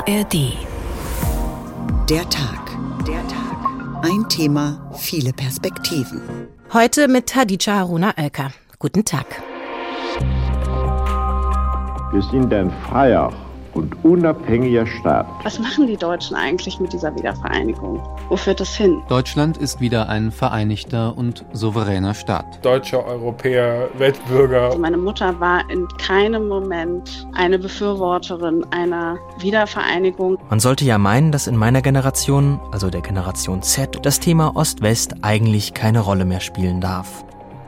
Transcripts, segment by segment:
ARD. Der Tag. Ein Thema, viele Perspektiven. Heute mit Hadija Haruna Oelker. Guten Tag. Wir sind ein freier und unabhängiger Staat. Was machen die Deutschen eigentlich mit dieser Wiedervereinigung? Wo führt das hin? Deutschland ist wieder ein vereinigter und souveräner Staat. Deutsche, Europäer, Weltbürger. Meine Mutter war in keinem Moment eine Befürworterin einer Wiedervereinigung. Man sollte ja meinen, dass in meiner Generation, also der Generation Z, das Thema Ost-West eigentlich keine Rolle mehr spielen darf.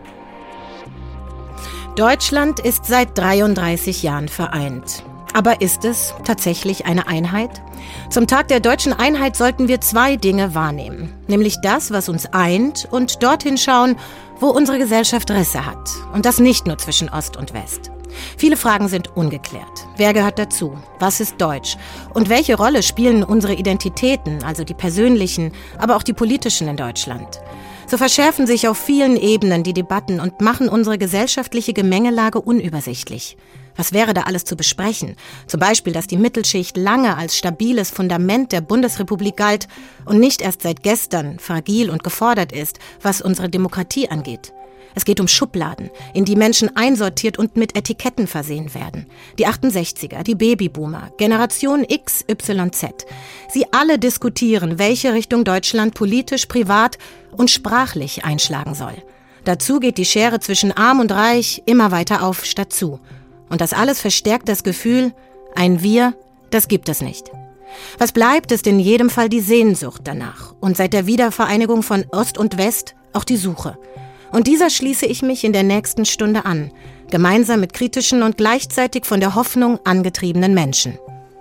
Deutschland ist seit 33 Jahren vereint. Aber ist es tatsächlich eine Einheit? Zum Tag der deutschen Einheit sollten wir zwei Dinge wahrnehmen. Nämlich das, was uns eint, und dorthin schauen, wo unsere Gesellschaft Risse hat. Und das nicht nur zwischen Ost und West. Viele Fragen sind ungeklärt. Wer gehört dazu? Was ist deutsch? Und welche Rolle spielen unsere Identitäten, also die persönlichen, aber auch die politischen in Deutschland? So verschärfen sich auf vielen Ebenen die Debatten und machen unsere gesellschaftliche Gemengelage unübersichtlich. Was wäre da alles zu besprechen? Zum Beispiel, dass die Mittelschicht lange als stabiles Fundament der Bundesrepublik galt und nicht erst seit gestern fragil und gefordert ist, was unsere Demokratie angeht. Es geht um Schubladen, in die Menschen einsortiert und mit Etiketten versehen werden. Die 68er, die Babyboomer, Generation X, Y, Z. Sie alle diskutieren, welche Richtung Deutschland politisch, privat und sprachlich einschlagen soll. Dazu geht die Schere zwischen Arm und Reich immer weiter auf statt zu. Und das alles verstärkt das Gefühl, ein Wir, das gibt es nicht. Was bleibt, ist in jedem Fall die Sehnsucht danach. Und seit der Wiedervereinigung von Ost und West auch die Suche. Und dieser schließe ich mich in der nächsten Stunde an, gemeinsam mit kritischen und gleichzeitig von der Hoffnung angetriebenen Menschen.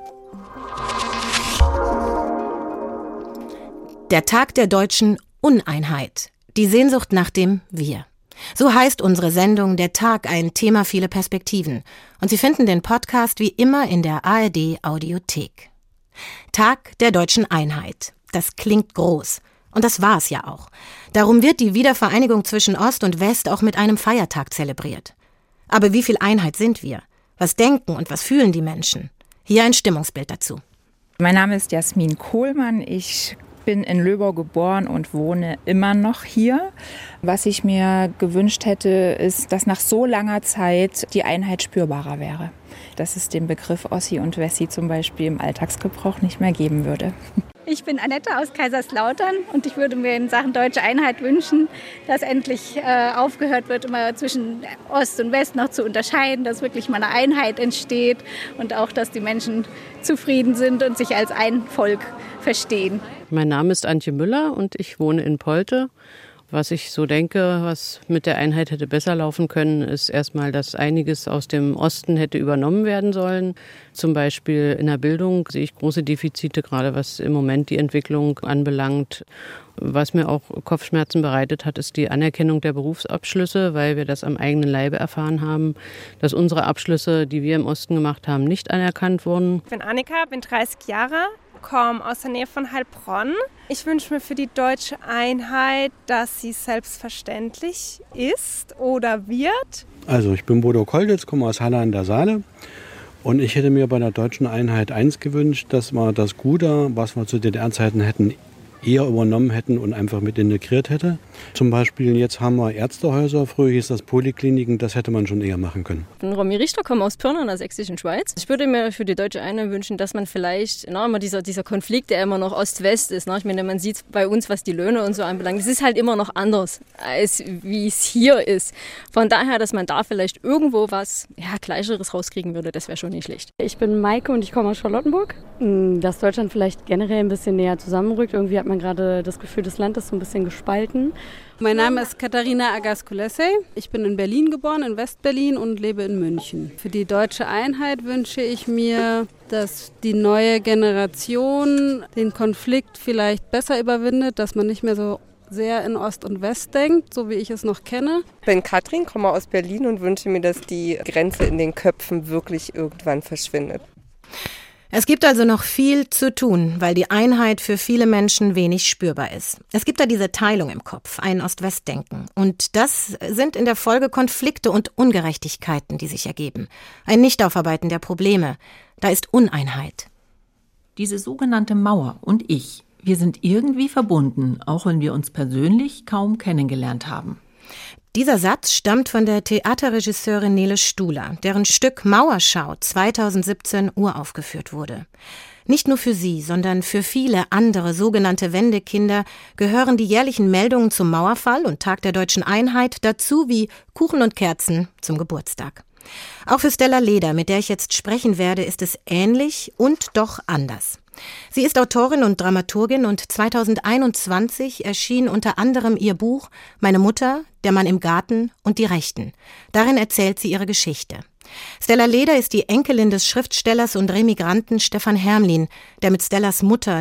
Der Tag der deutschen Uneinheit. Die Sehnsucht nach dem Wir. So heißt unsere Sendung Der Tag, ein Thema, viele Perspektiven. Und Sie finden den Podcast wie immer in der ARD Audiothek. Tag der deutschen Einheit. Das klingt groß. Und das war es ja auch. Darum wird die Wiedervereinigung zwischen Ost und West auch mit einem Feiertag zelebriert. Aber wie viel Einheit sind wir? Was denken und was fühlen die Menschen? Hier ein Stimmungsbild dazu. Mein Name ist Jasmin Kohlmann. Ich bin in Löbau geboren und wohne immer noch hier. Was ich mir gewünscht hätte, ist, dass nach so langer Zeit die Einheit spürbarer wäre. Dass es den Begriff Ossi und Wessi zum Beispiel im Alltagsgebrauch nicht mehr geben würde. Ich bin Annette aus Kaiserslautern und ich würde mir in Sachen deutsche Einheit wünschen, dass endlich aufgehört wird, immer zwischen Ost und West noch zu unterscheiden, dass wirklich mal eine Einheit entsteht und auch, dass die Menschen zufrieden sind und sich als ein Volk verstehen. Mein Name ist Antje Müller und ich wohne in Polte. Was ich so denke, was mit der Einheit hätte besser laufen können, ist erstmal, dass einiges aus dem Osten hätte übernommen werden sollen. Zum Beispiel in der Bildung sehe ich große Defizite, gerade was im Moment die Entwicklung anbelangt. Was mir auch Kopfschmerzen bereitet hat, ist die Anerkennung der Berufsabschlüsse, weil wir das am eigenen Leibe erfahren haben, dass unsere Abschlüsse, die wir im Osten gemacht haben, nicht anerkannt wurden. Ich bin Annika, bin 30 Jahre. Komme aus der Nähe von Heilbronn. Ich wünsche mir für die deutsche Einheit, dass sie selbstverständlich ist oder wird. Also ich bin Bodo Kolditz, komme aus Halle an der Saale und ich hätte mir bei der deutschen Einheit eins gewünscht, dass wir das Gute, was wir zu DDR-Zeiten hätten, eher übernommen hätten und einfach mit integriert hätte. Zum Beispiel jetzt haben wir Ärztehäuser, früher hieß das Polikliniken, das hätte man schon eher machen können. Ich bin Romy Richter, komme aus Pirna in der sächsischen Schweiz. Ich würde mir für die deutsche Einheit wünschen, dass man vielleicht, immer dieser Konflikt, der immer noch Ost-West ist, ich meine, man sieht bei uns, was die Löhne und so anbelangt, es ist halt immer noch anders, als wie es hier ist. Von daher, dass man da vielleicht irgendwo was Gleicheres rauskriegen würde, das wäre schon nicht schlecht. Ich bin Maike und ich komme aus Charlottenburg. Dass Deutschland vielleicht generell ein bisschen näher zusammenrückt, irgendwie hat man gerade das Gefühl, das Land ist so ein bisschen gespalten. Mein Name ist Katharina Agaskulesse. Ich bin in Berlin geboren, in Westberlin und lebe in München. Für die deutsche Einheit wünsche ich mir, dass die neue Generation den Konflikt vielleicht besser überwindet, dass man nicht mehr so sehr in Ost und West denkt, so wie ich es noch kenne. Ich bin Katrin, komme aus Berlin und wünsche mir, dass die Grenze in den Köpfen wirklich irgendwann verschwindet. Es gibt also noch viel zu tun, weil die Einheit für viele Menschen wenig spürbar ist. Es gibt da diese Teilung im Kopf, ein Ost-West-Denken. Und das sind in der Folge Konflikte und Ungerechtigkeiten, die sich ergeben. Ein Nichtaufarbeiten der Probleme. Da ist Uneinheit. Diese sogenannte Mauer und ich, wir sind irgendwie verbunden, auch wenn wir uns persönlich kaum kennengelernt haben. Dieser Satz stammt von der Theaterregisseurin Nele Stuhler, deren Stück Mauerschau 2017 uraufgeführt wurde. Nicht nur für sie, sondern für viele andere sogenannte Wendekinder gehören die jährlichen Meldungen zum Mauerfall und Tag der Deutschen Einheit dazu wie Kuchen und Kerzen zum Geburtstag. Auch für Stella Leder, mit der ich jetzt sprechen werde, ist es ähnlich und doch anders. Sie ist Autorin und Dramaturgin und 2021 erschien unter anderem ihr Buch »Meine Mutter, der Mann im Garten und die Rechten«. Darin erzählt sie ihre Geschichte. Stella Leder ist die Enkelin des Schriftstellers und Remigranten Stefan Hermlin, der mit Stellas Mutter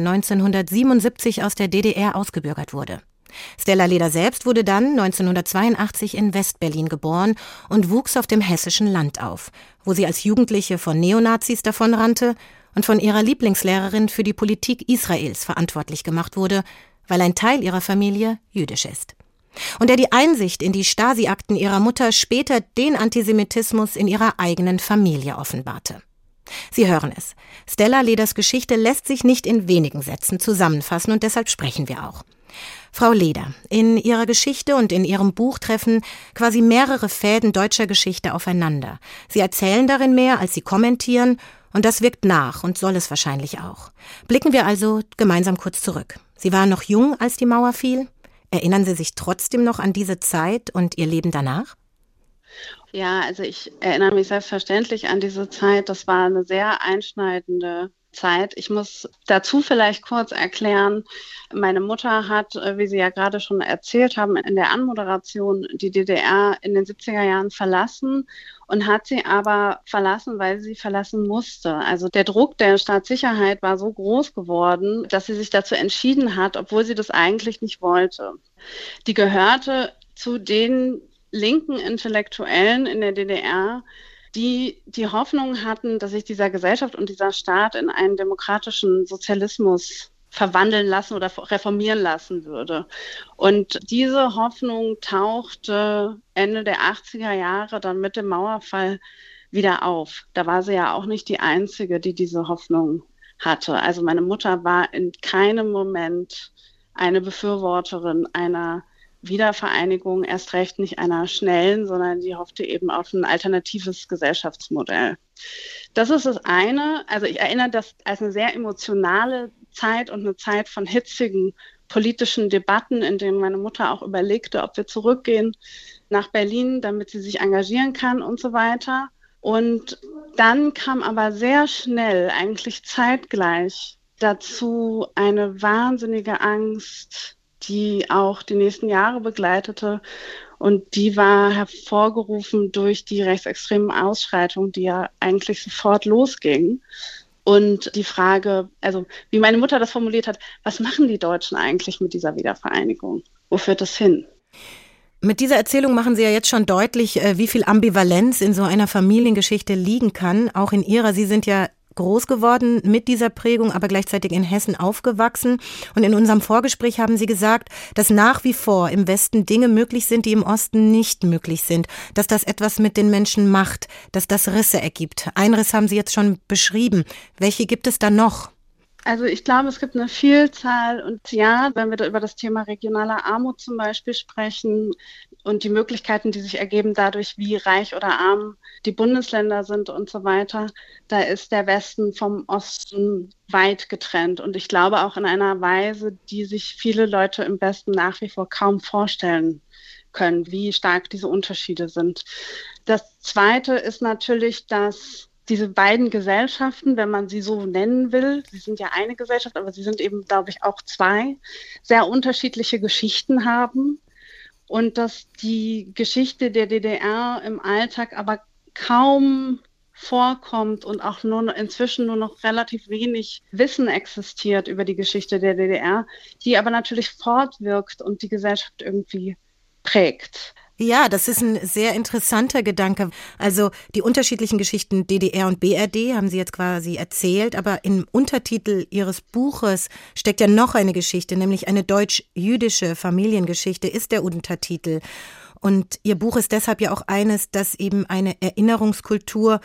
1977 aus der DDR ausgebürgert wurde. Stella Leder selbst wurde dann 1982 in Westberlin geboren und wuchs auf dem hessischen Land auf, wo sie als Jugendliche von Neonazis davonrannte und von ihrer Lieblingslehrerin für die Politik Israels verantwortlich gemacht wurde, weil ein Teil ihrer Familie jüdisch ist. Und der die Einsicht in die Stasi-Akten ihrer Mutter später den Antisemitismus in ihrer eigenen Familie offenbarte. Sie hören es. Stella Leders Geschichte lässt sich nicht in wenigen Sätzen zusammenfassen und deshalb sprechen wir auch. Frau Leder, in Ihrer Geschichte und in Ihrem Buch treffen quasi mehrere Fäden deutscher Geschichte aufeinander. Sie erzählen darin mehr, als Sie kommentieren, und das wirkt nach und soll es wahrscheinlich auch. Blicken wir also gemeinsam kurz zurück. Sie waren noch jung, als die Mauer fiel. Erinnern Sie sich trotzdem noch an diese Zeit und Ihr Leben danach? Ja, also ich erinnere mich selbstverständlich an diese Zeit. Das war eine sehr einschneidende Zeit. Ich muss dazu vielleicht kurz erklären, meine Mutter hat, wie Sie ja gerade schon erzählt haben, in der Anmoderation die DDR in den 70er Jahren verlassen und hat sie aber verlassen, weil sie verlassen musste. Also der Druck der Staatssicherheit war so groß geworden, dass sie sich dazu entschieden hat, obwohl sie das eigentlich nicht wollte. Die gehörte zu den linken Intellektuellen in der DDR, die die Hoffnung hatten, dass sich dieser Gesellschaft und dieser Staat in einen demokratischen Sozialismus verwandeln lassen oder reformieren lassen würde. Und diese Hoffnung tauchte Ende der 80er Jahre dann mit dem Mauerfall wieder auf. Da war sie ja auch nicht die Einzige, die diese Hoffnung hatte. Also meine Mutter war in keinem Moment eine Befürworterin einer Wiedervereinigung, erst recht nicht einer schnellen, sondern die hoffte eben auf ein alternatives Gesellschaftsmodell. Das ist das eine. Also ich erinnere das als eine sehr emotionale Zeit und eine Zeit von hitzigen politischen Debatten, in denen meine Mutter auch überlegte, ob wir zurückgehen nach Berlin, damit sie sich engagieren kann und so weiter. Und dann kam aber sehr schnell, eigentlich zeitgleich, dazu eine wahnsinnige Angst, die auch die nächsten Jahre begleitete. Und die war hervorgerufen durch die rechtsextremen Ausschreitungen, die ja eigentlich sofort losgingen. Und die Frage, also wie meine Mutter das formuliert hat, was machen die Deutschen eigentlich mit dieser Wiedervereinigung? Wo führt das hin? Mit dieser Erzählung machen Sie ja jetzt schon deutlich, wie viel Ambivalenz in so einer Familiengeschichte liegen kann. Auch in Ihrer. Sie sind ja groß geworden mit dieser Prägung, aber gleichzeitig in Hessen aufgewachsen. Und in unserem Vorgespräch haben Sie gesagt, dass nach wie vor im Westen Dinge möglich sind, die im Osten nicht möglich sind. Dass das etwas mit den Menschen macht, dass das Risse ergibt. Einen Riss haben Sie jetzt schon beschrieben. Welche gibt es da noch? Also ich glaube, es gibt eine Vielzahl und ja, wenn wir da über das Thema regionale Armut zum Beispiel sprechen und die Möglichkeiten, die sich ergeben dadurch, wie reich oder arm die Bundesländer sind und so weiter, da ist der Westen vom Osten weit getrennt und ich glaube auch in einer Weise, die sich viele Leute im Westen nach wie vor kaum vorstellen können, wie stark diese Unterschiede sind. Das Zweite ist natürlich, dass diese beiden Gesellschaften, wenn man sie so nennen will, sie sind ja eine Gesellschaft, aber sie sind eben, glaube ich, auch zwei, sehr unterschiedliche Geschichten haben und dass die Geschichte der DDR im Alltag aber kaum vorkommt und auch inzwischen nur noch relativ wenig Wissen existiert über die Geschichte der DDR, die aber natürlich fortwirkt und die Gesellschaft irgendwie prägt. Ja, das ist ein sehr interessanter Gedanke. Also die unterschiedlichen Geschichten DDR und BRD haben Sie jetzt quasi erzählt, aber im Untertitel Ihres Buches steckt ja noch eine Geschichte, nämlich eine deutsch-jüdische Familiengeschichte ist der Untertitel. Und Ihr Buch ist deshalb ja auch eines, das eben eine Erinnerungskultur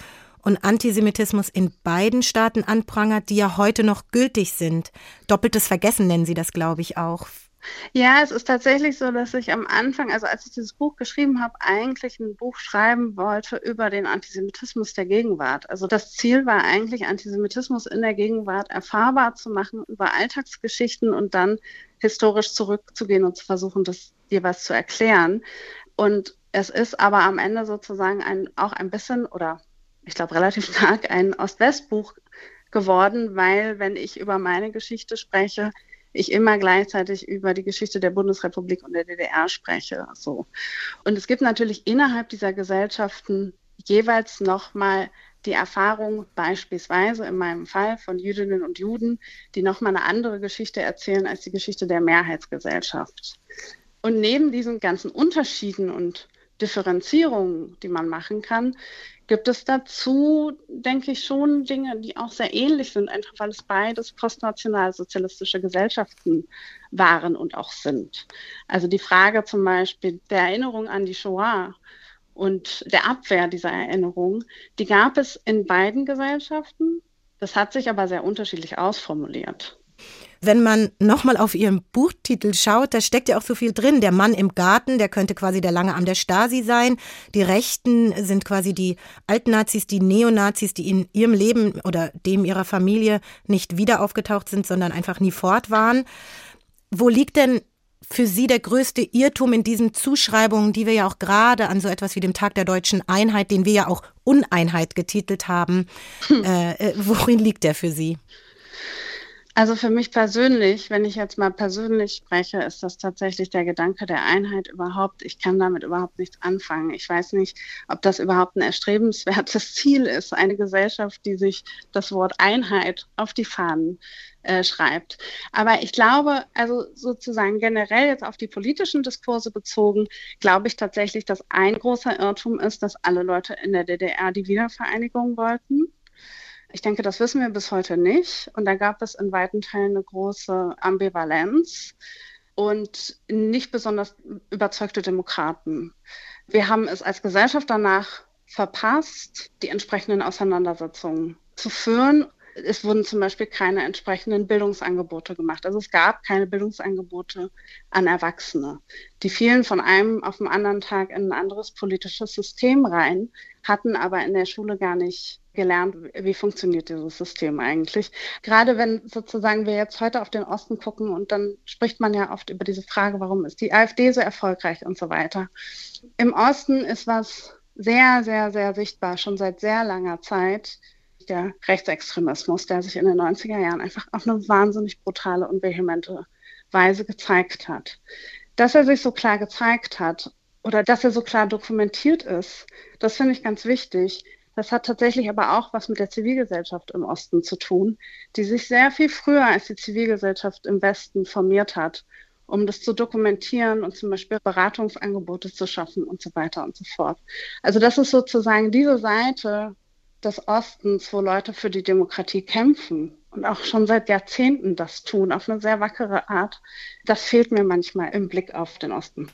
und Antisemitismus in beiden Staaten anprangert, die ja heute noch gültig sind. Doppeltes Vergessen nennen Sie das, glaube ich, auch. Ja, es ist tatsächlich so, dass ich am Anfang, also als ich dieses Buch geschrieben habe, eigentlich ein Buch schreiben wollte über den Antisemitismus der Gegenwart. Also das Ziel war eigentlich, Antisemitismus in der Gegenwart erfahrbar zu machen über Alltagsgeschichten und dann historisch zurückzugehen und zu versuchen, das jeweils zu erklären. Und es ist aber am Ende sozusagen auch ein bisschen, oder ich glaube relativ stark, ein Ost-West-Buch geworden, weil, wenn ich über meine Geschichte spreche, ich immer gleichzeitig über die Geschichte der Bundesrepublik und der DDR spreche. So. Und es gibt natürlich innerhalb dieser Gesellschaften jeweils nochmal die Erfahrung, beispielsweise in meinem Fall von Jüdinnen und Juden, die nochmal eine andere Geschichte erzählen als die Geschichte der Mehrheitsgesellschaft. Und neben diesen ganzen Unterschieden und Differenzierungen, die man machen kann, gibt es dazu, denke ich, schon Dinge, die auch sehr ähnlich sind, einfach weil es beides postnationalsozialistische Gesellschaften waren und auch sind. Also die Frage zum Beispiel der Erinnerung an die Shoah und der Abwehr dieser Erinnerung, die gab es in beiden Gesellschaften. Das hat sich aber sehr unterschiedlich ausformuliert. Wenn man nochmal auf Ihren Buchtitel schaut, da steckt ja auch so viel drin. Der Mann im Garten, der könnte quasi der lange Arm der Stasi sein. Die Rechten sind quasi die Altnazis, die Neonazis, die in ihrem Leben oder dem ihrer Familie nicht wieder aufgetaucht sind, sondern einfach nie fort waren. Wo liegt denn für Sie der größte Irrtum in diesen Zuschreibungen, die wir ja auch gerade an so etwas wie dem Tag der Deutschen Einheit, den wir ja auch Uneinheit getitelt haben, worin liegt der für Sie? Also für mich persönlich, wenn ich jetzt mal persönlich spreche, ist das tatsächlich der Gedanke der Einheit überhaupt. Ich kann damit überhaupt nichts anfangen. Ich weiß nicht, ob das überhaupt ein erstrebenswertes Ziel ist, eine Gesellschaft, die sich das Wort Einheit auf die Fahnen schreibt. Aber ich glaube, also sozusagen generell jetzt auf die politischen Diskurse bezogen, glaube ich tatsächlich, dass ein großer Irrtum ist, dass alle Leute in der DDR die Wiedervereinigung wollten. Ich denke, das wissen wir bis heute nicht. Und da gab es in weiten Teilen eine große Ambivalenz und nicht besonders überzeugte Demokraten. Wir haben es als Gesellschaft danach verpasst, die entsprechenden Auseinandersetzungen zu führen. Es wurden zum Beispiel keine entsprechenden Bildungsangebote gemacht. Also es gab keine Bildungsangebote an Erwachsene. Die fielen von einem auf den anderen Tag in ein anderes politisches System rein, hatten aber in der Schule gar nicht gelernt, wie funktioniert dieses System eigentlich. Gerade wenn sozusagen wir jetzt heute auf den Osten gucken und dann spricht man ja oft über diese Frage, warum ist die AfD so erfolgreich und so weiter. Im Osten ist was sehr, sehr, sehr sichtbar, schon seit sehr langer Zeit, der Rechtsextremismus, der sich in den 90er Jahren einfach auf eine wahnsinnig brutale und vehemente Weise gezeigt hat. Dass er sich so klar gezeigt hat oder dass er so klar dokumentiert ist, das finde ich ganz wichtig. Das hat tatsächlich aber auch was mit der Zivilgesellschaft im Osten zu tun, die sich sehr viel früher als die Zivilgesellschaft im Westen formiert hat, um das zu dokumentieren und zum Beispiel Beratungsangebote zu schaffen und so weiter und so fort. Also das ist sozusagen diese Seite des Ostens, wo Leute für die Demokratie kämpfen und auch schon seit Jahrzehnten das tun, auf eine sehr wackere Art. Das fehlt mir manchmal im Blick auf den Osten.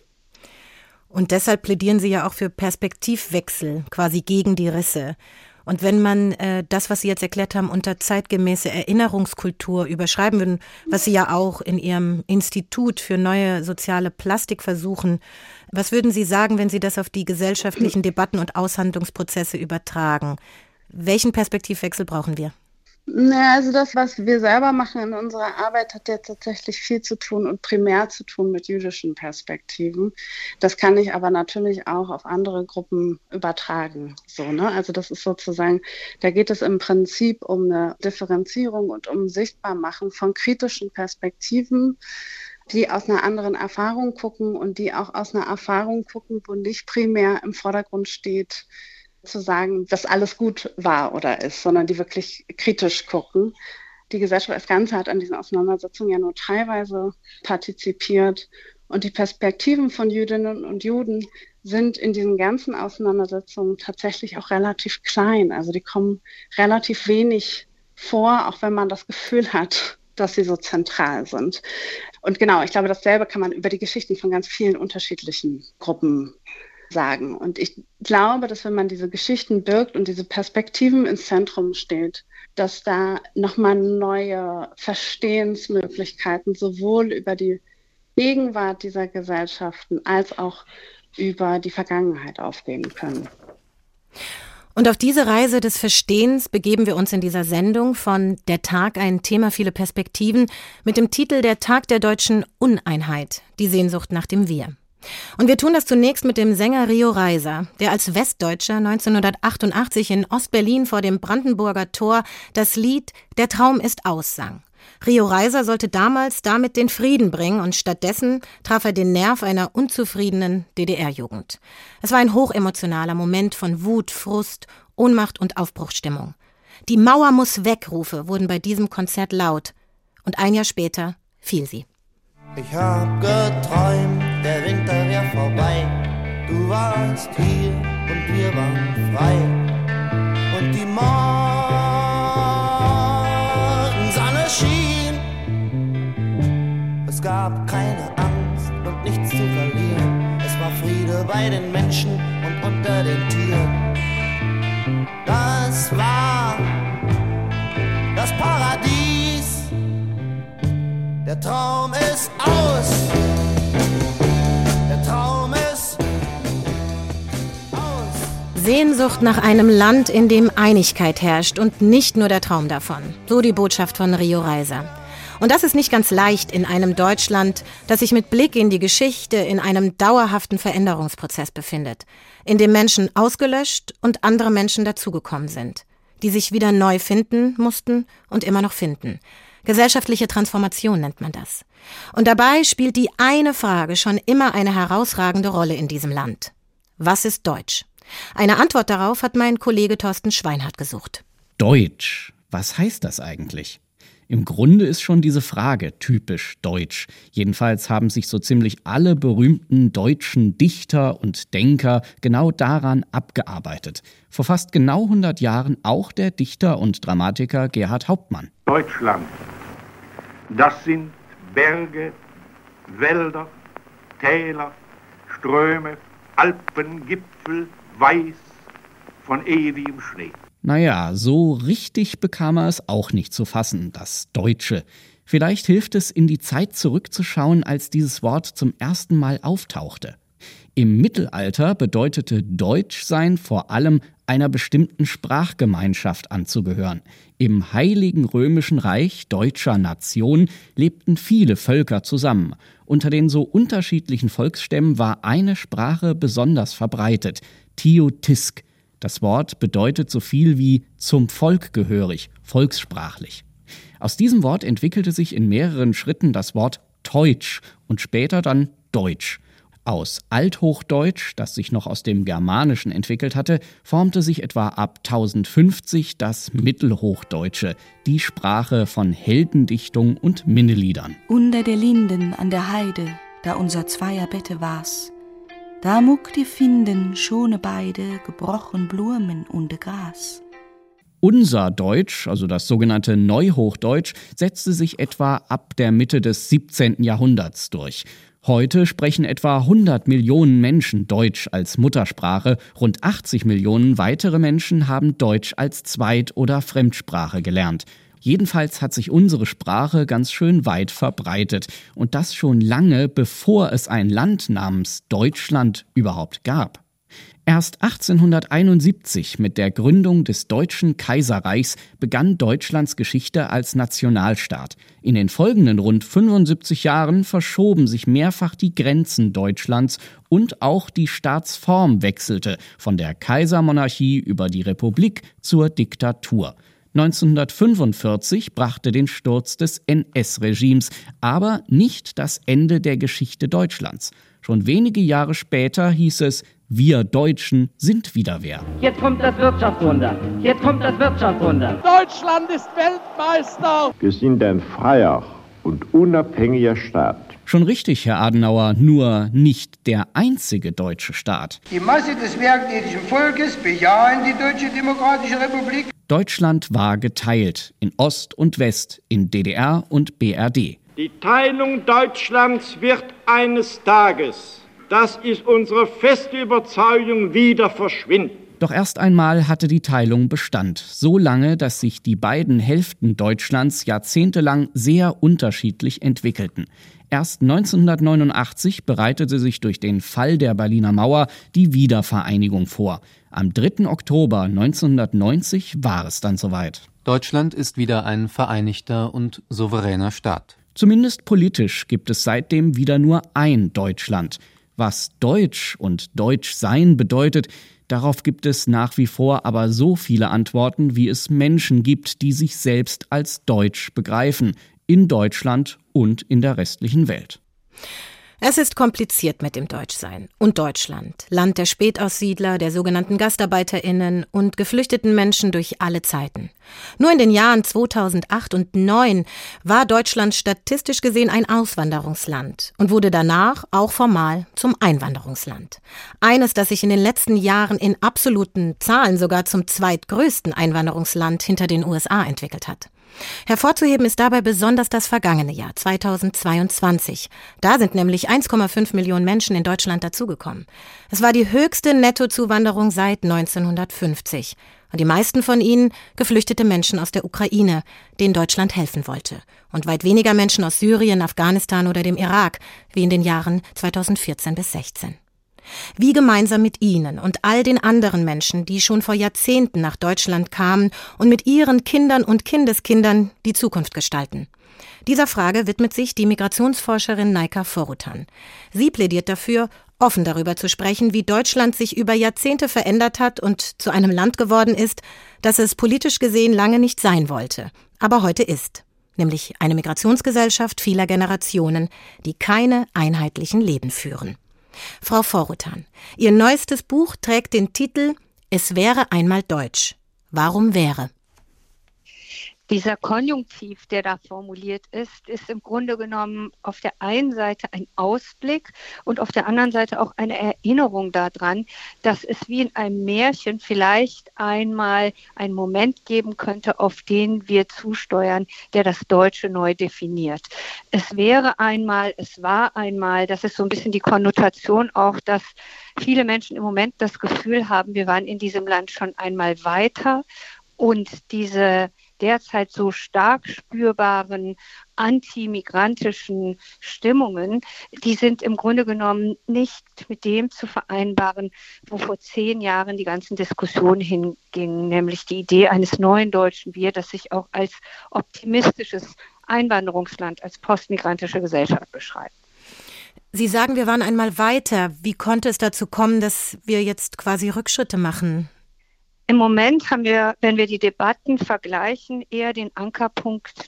Und deshalb plädieren Sie ja auch für Perspektivwechsel, quasi gegen die Risse. Und wenn man das, was Sie jetzt erklärt haben, unter zeitgemäße Erinnerungskultur überschreiben würden, was Sie ja auch in Ihrem Institut für neue soziale Plastik versuchen, was würden Sie sagen, wenn Sie das auf die gesellschaftlichen Debatten und Aushandlungsprozesse übertragen? Welchen Perspektivwechsel brauchen wir? Ja, also das, was wir selber machen in unserer Arbeit, hat ja tatsächlich viel zu tun und primär zu tun mit jüdischen Perspektiven. Das kann ich aber natürlich auch auf andere Gruppen übertragen. So, ne? Also das ist sozusagen, da geht es im Prinzip um eine Differenzierung und um Sichtbarmachen von kritischen Perspektiven, die aus einer anderen Erfahrung gucken und die auch aus einer Erfahrung gucken, wo nicht primär im Vordergrund steht, zu sagen, dass alles gut war oder ist, sondern die wirklich kritisch gucken. Die Gesellschaft als Ganze hat an diesen Auseinandersetzungen ja nur teilweise partizipiert. Und die Perspektiven von Jüdinnen und Juden sind in diesen ganzen Auseinandersetzungen tatsächlich auch relativ klein. Also die kommen relativ wenig vor, auch wenn man das Gefühl hat, dass sie so zentral sind. Und genau, ich glaube, dasselbe kann man über die Geschichten von ganz vielen unterschiedlichen Gruppen sagen. Und ich glaube, dass wenn man diese Geschichten birgt und diese Perspektiven ins Zentrum stellt, dass da nochmal neue Verstehensmöglichkeiten sowohl über die Gegenwart dieser Gesellschaften als auch über die Vergangenheit aufgehen können. Und auf diese Reise des Verstehens begeben wir uns in dieser Sendung von Der Tag, ein Thema, viele Perspektiven, mit dem Titel Der Tag der deutschen Uneinheit, die Sehnsucht nach dem Wir. Und wir tun das zunächst mit dem Sänger Rio Reiser, der als Westdeutscher 1988 in Ostberlin vor dem Brandenburger Tor das Lied Der Traum ist aus sang. Rio Reiser sollte damals damit den Frieden bringen und stattdessen traf er den Nerv einer unzufriedenen DDR-Jugend. Es war ein hochemotionaler Moment von Wut, Frust, Ohnmacht und Aufbruchsstimmung. Die Mauer muss weg, Rufe wurden bei diesem Konzert laut. Und ein Jahr später fiel sie. Ich hab geträumt, der Winter wär vorbei. Du warst hier und wir waren frei. Und die Morgensonne schien. Es gab keine Angst und nichts zu verlieren. Es war Friede bei den Menschen und unter den Tieren. Das war das Paradies. Der Traum ist aus. Der Traum ist aus. Sehnsucht nach einem Land, in dem Einigkeit herrscht und nicht nur der Traum davon. So die Botschaft von Rio Reiser. Und das ist nicht ganz leicht in einem Deutschland, das sich mit Blick in die Geschichte in einem dauerhaften Veränderungsprozess befindet, in dem Menschen ausgelöscht und andere Menschen dazugekommen sind, die sich wieder neu finden mussten und immer noch finden. Gesellschaftliche Transformation nennt man das. Und dabei spielt die eine Frage schon immer eine herausragende Rolle in diesem Land. Was ist Deutsch? Eine Antwort darauf hat mein Kollege Thorsten Schweinhardt gesucht. Deutsch. Was heißt das eigentlich? Im Grunde ist schon diese Frage typisch deutsch. Jedenfalls haben sich so ziemlich alle berühmten deutschen Dichter und Denker genau daran abgearbeitet. Vor fast genau 100 Jahren auch der Dichter und Dramatiker Gerhart Hauptmann. Deutschland, das sind Berge, Wälder, Täler, Ströme, Alpen, Gipfel, weiß von ewigem Schnee. Naja, so richtig bekam er es auch nicht zu fassen, das Deutsche. Vielleicht hilft es, in die Zeit zurückzuschauen, als dieses Wort zum ersten Mal auftauchte. Im Mittelalter bedeutete Deutschsein vor allem einer bestimmten Sprachgemeinschaft anzugehören. Im Heiligen Römischen Reich deutscher Nation lebten viele Völker zusammen. Unter den so unterschiedlichen Volksstämmen war eine Sprache besonders verbreitet, Teo-Tisk. Das Wort bedeutet so viel wie zum Volk gehörig, volkssprachlich. Aus diesem Wort entwickelte sich in mehreren Schritten das Wort Teutsch und später dann Deutsch. Aus Althochdeutsch, das sich noch aus dem Germanischen entwickelt hatte, formte sich etwa ab 1050 das Mittelhochdeutsche, die Sprache von Heldendichtung und Minneliedern. Unter der Linden an der Heide, da unser Zweierbette war's, da muck die finden schone beide gebrochen Blumen und Gras. Unser Deutsch, also das sogenannte Neuhochdeutsch, setzte sich etwa ab der Mitte des 17. Jahrhunderts durch. Heute sprechen etwa 100 Millionen Menschen Deutsch als Muttersprache. Rund 80 Millionen weitere Menschen haben Deutsch als Zweit- oder Fremdsprache gelernt. Jedenfalls hat sich unsere Sprache ganz schön weit verbreitet. Und das schon lange, bevor es ein Land namens Deutschland überhaupt gab. Erst 1871 mit der Gründung des Deutschen Kaiserreichs begann Deutschlands Geschichte als Nationalstaat. In den folgenden rund 75 Jahren verschoben sich mehrfach die Grenzen Deutschlands und auch die Staatsform wechselte von der Kaisermonarchie über die Republik zur Diktatur. 1945 brachte den Sturz des NS-Regimes, aber nicht das Ende der Geschichte Deutschlands. Schon wenige Jahre später hieß es, wir Deutschen sind wieder wer. Jetzt kommt das Wirtschaftswunder. Jetzt kommt das Wirtschaftswunder. Deutschland ist Weltmeister. Wir sind ein freier und unabhängiger Staat. Schon richtig, Herr Adenauer, nur nicht der einzige deutsche Staat. Die Masse des werktätigen Volkes bejahen die Deutsche Demokratische Republik. Deutschland war geteilt in Ost und West, in DDR und BRD. Die Teilung Deutschlands wird eines Tages das ist unsere feste Überzeugung, wieder verschwinden. Doch erst einmal hatte die Teilung Bestand. So lange, dass sich die beiden Hälften Deutschlands jahrzehntelang sehr unterschiedlich entwickelten. Erst 1989 bereitete sich durch den Fall der Berliner Mauer die Wiedervereinigung vor. Am 3. Oktober 1990 war es dann soweit. Deutschland ist wieder ein vereinigter und souveräner Staat. Zumindest politisch gibt es seitdem wieder nur ein Deutschland. Was Deutsch und Deutschsein bedeutet, darauf gibt es nach wie vor aber so viele Antworten, wie es Menschen gibt, die sich selbst als deutsch begreifen, in Deutschland und in der restlichen Welt. Es ist kompliziert mit dem Deutschsein und Deutschland, Land der Spätaussiedler, der sogenannten GastarbeiterInnen und geflüchteten Menschen durch alle Zeiten. Nur in den Jahren 2008 und 2009 war Deutschland statistisch gesehen ein Auswanderungsland und wurde danach auch formal zum Einwanderungsland. Eines, das sich in den letzten Jahren in absoluten Zahlen sogar zum zweitgrößten Einwanderungsland hinter den USA entwickelt hat. Hervorzuheben ist dabei besonders das vergangene Jahr, 2022. Da sind nämlich 1,5 Millionen Menschen in Deutschland dazugekommen. Es war die höchste Nettozuwanderung seit 1950. Und die meisten von ihnen geflüchtete Menschen aus der Ukraine, denen Deutschland helfen wollte. Und weit weniger Menschen aus Syrien, Afghanistan oder dem Irak, wie in den Jahren 2014 bis 2016. Wie gemeinsam mit Ihnen und all den anderen Menschen, die schon vor Jahrzehnten nach Deutschland kamen und mit ihren Kindern und Kindeskindern die Zukunft gestalten. Dieser Frage widmet sich die Migrationsforscherin Naika Forutan. Sie plädiert dafür, offen darüber zu sprechen, wie Deutschland sich über Jahrzehnte verändert hat und zu einem Land geworden ist, das es politisch gesehen lange nicht sein wollte, aber heute ist. Nämlich eine Migrationsgesellschaft vieler Generationen, die keine einheitlichen Leben führen. Frau Forutan, Ihr neuestes Buch trägt den Titel »Es wäre einmal Deutsch«. Warum wäre? Dieser Konjunktiv, der da formuliert ist im Grunde genommen auf der einen Seite ein Ausblick und auf der anderen Seite auch eine Erinnerung daran, dass es wie in einem Märchen vielleicht einmal einen Moment geben könnte, auf den wir zusteuern, der das Deutsche neu definiert. Es wäre einmal, es war einmal, das ist so ein bisschen die Konnotation auch, dass viele Menschen im Moment das Gefühl haben, wir waren in diesem Land schon einmal weiter und diese derzeit so stark spürbaren antimigrantischen Stimmungen, die sind im Grunde genommen nicht mit dem zu vereinbaren, wo vor 10 Jahren die ganzen Diskussionen hingingen, nämlich die Idee eines neuen deutschen Wir, das sich auch als optimistisches Einwanderungsland, als postmigrantische Gesellschaft beschreibt. Sie sagen, wir waren einmal weiter. Wie konnte es dazu kommen, dass wir jetzt quasi Rückschritte machen? Im Moment haben wir, wenn wir die Debatten vergleichen, eher den Ankerpunkt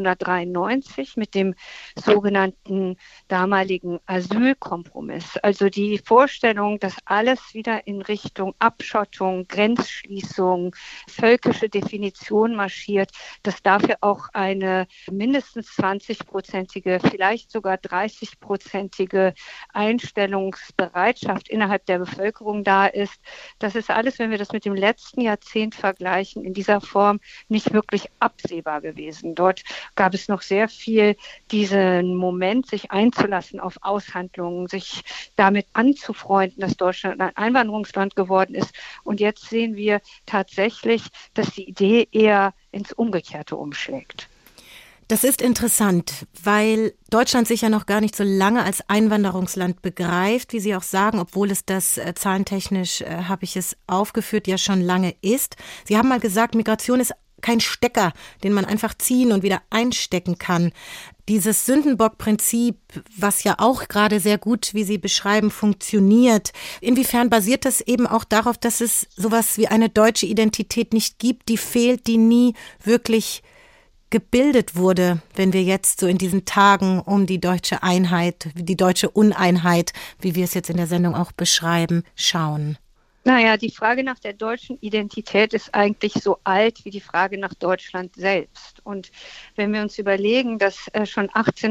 1993 mit dem sogenannten damaligen Asylkompromiss. Also die Vorstellung, dass alles wieder in Richtung Abschottung, Grenzschließung, völkische Definition marschiert, dass dafür auch eine mindestens 20-prozentige, vielleicht sogar 30-prozentige Einstellungsbereitschaft innerhalb der Bevölkerung da ist. Das ist alles, wenn wir das mit dem letzten Jahrzehnt vergleichen, in dieser Form nicht wirklich absehbar gewesen. Dort gab es noch sehr viel diesen Moment, sich einzulassen auf Aushandlungen, sich damit anzufreunden, dass Deutschland ein Einwanderungsland geworden ist. Und jetzt sehen wir tatsächlich, dass die Idee eher ins Umgekehrte umschlägt. Das ist interessant, weil Deutschland sich ja noch gar nicht so lange als Einwanderungsland begreift, wie Sie auch sagen, obwohl es das zahlentechnisch, habe ich es aufgeführt, ja schon lange ist. Sie haben mal gesagt, Migration ist kein Stecker, den man einfach ziehen und wieder einstecken kann. Dieses Sündenbock-Prinzip, was ja auch gerade sehr gut, wie Sie beschreiben, funktioniert. Inwiefern basiert das eben auch darauf, dass es sowas wie eine deutsche Identität nicht gibt, die fehlt, die nie wirklich gebildet wurde, wenn wir jetzt so in diesen Tagen um die deutsche Einheit, die deutsche Uneinheit, wie wir es jetzt in der Sendung auch beschreiben, schauen? Naja, die Frage nach der deutschen Identität ist eigentlich so alt wie die Frage nach Deutschland selbst. Und wenn wir uns überlegen, dass schon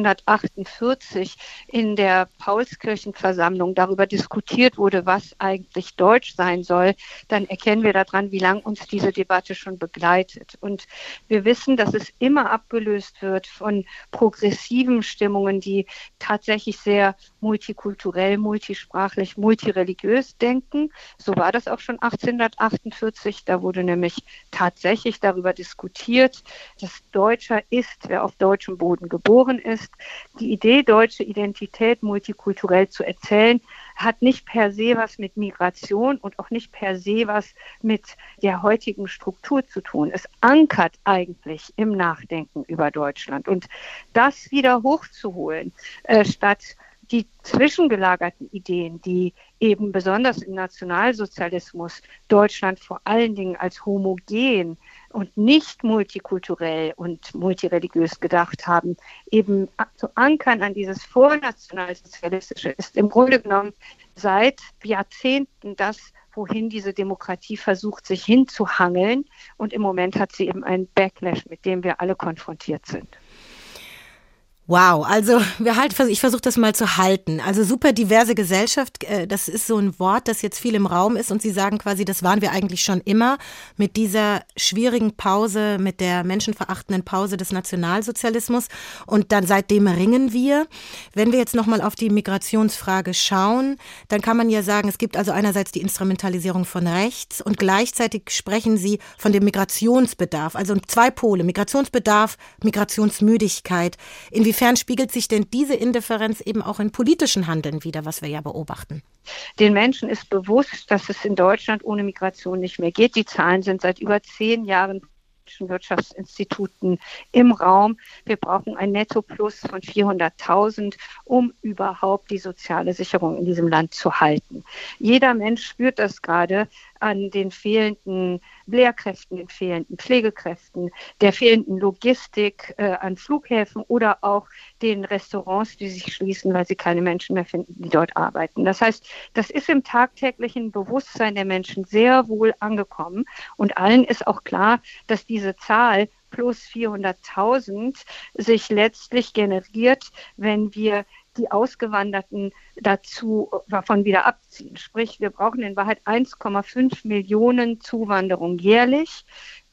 1848 in der Paulskirchenversammlung darüber diskutiert wurde, was eigentlich deutsch sein soll, dann erkennen wir daran, wie lange uns diese Debatte schon begleitet. Und wir wissen, dass es immer abgelöst wird von progressiven Stimmungen, die tatsächlich sehr multikulturell, multisprachlich, multireligiös denken. So war das auch schon 1848. Da wurde nämlich tatsächlich darüber diskutiert, dass Deutscher ist, wer auf deutschem Boden geboren ist. Die Idee, deutsche Identität multikulturell zu erzählen, hat nicht per se was mit Migration und auch nicht per se was mit der heutigen Struktur zu tun. Es ankert eigentlich im Nachdenken über Deutschland. Und das wieder hochzuholen, statt die zwischengelagerten Ideen, die eben besonders im Nationalsozialismus Deutschland vor allen Dingen als homogen und nicht multikulturell und multireligiös gedacht haben, eben zu ankern an dieses Vornationalsozialistische, ist im Grunde genommen seit Jahrzehnten das, wohin diese Demokratie versucht, sich hinzuhangeln. Und im Moment hat sie eben einen Backlash, mit dem wir alle konfrontiert sind. Wow, also ich versuche das mal zu halten. Also super diverse Gesellschaft, das ist so ein Wort, das jetzt viel im Raum ist und Sie sagen quasi, das waren wir eigentlich schon immer mit dieser schwierigen Pause, mit der menschenverachtenden Pause des Nationalsozialismus und dann seitdem ringen wir. Wenn wir jetzt nochmal auf die Migrationsfrage schauen, dann kann man ja sagen, es gibt also einerseits die Instrumentalisierung von rechts und gleichzeitig sprechen Sie von dem Migrationsbedarf, also zwei Pole, Migrationsbedarf, Migrationsmüdigkeit. Inwiefern spiegelt sich denn diese Indifferenz eben auch in politischen Handeln wider, was wir ja beobachten? Den Menschen ist bewusst, dass es in Deutschland ohne Migration nicht mehr geht. Die Zahlen sind seit über 10 Jahren Wirtschaftsinstituten im Raum. Wir brauchen ein Nettoplus von 400.000, um überhaupt die soziale Sicherung in diesem Land zu halten. Jeder Mensch spürt das gerade an den fehlenden Lehrkräften, den fehlenden Pflegekräften, der fehlenden Logistik an Flughäfen oder auch den Restaurants, die sich schließen, weil sie keine Menschen mehr finden, die dort arbeiten. Das heißt, das ist im tagtäglichen Bewusstsein der Menschen sehr wohl angekommen und allen ist auch klar, dass diese Zahl plus 400.000 sich letztlich generiert, wenn wir die Ausgewanderten davon wieder abziehen. Sprich, wir brauchen in Wahrheit 1,5 Millionen Zuwanderung jährlich.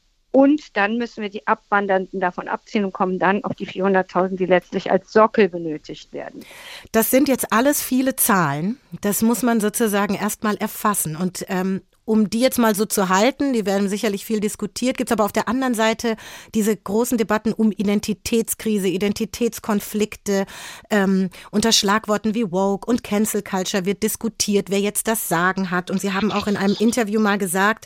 Und dann müssen wir die Abwandernden davon abziehen und kommen dann auf die 400.000, die letztlich als Sockel benötigt werden. Das sind jetzt alles viele Zahlen. Das muss man sozusagen erstmal erfassen. Und um die jetzt mal so zu halten, die werden sicherlich viel diskutiert, gibt es aber auf der anderen Seite diese großen Debatten um Identitätskrise, Identitätskonflikte, unter Schlagworten wie Woke und Cancel Culture wird diskutiert, wer jetzt das Sagen hat. Und Sie haben auch in einem Interview mal gesagt,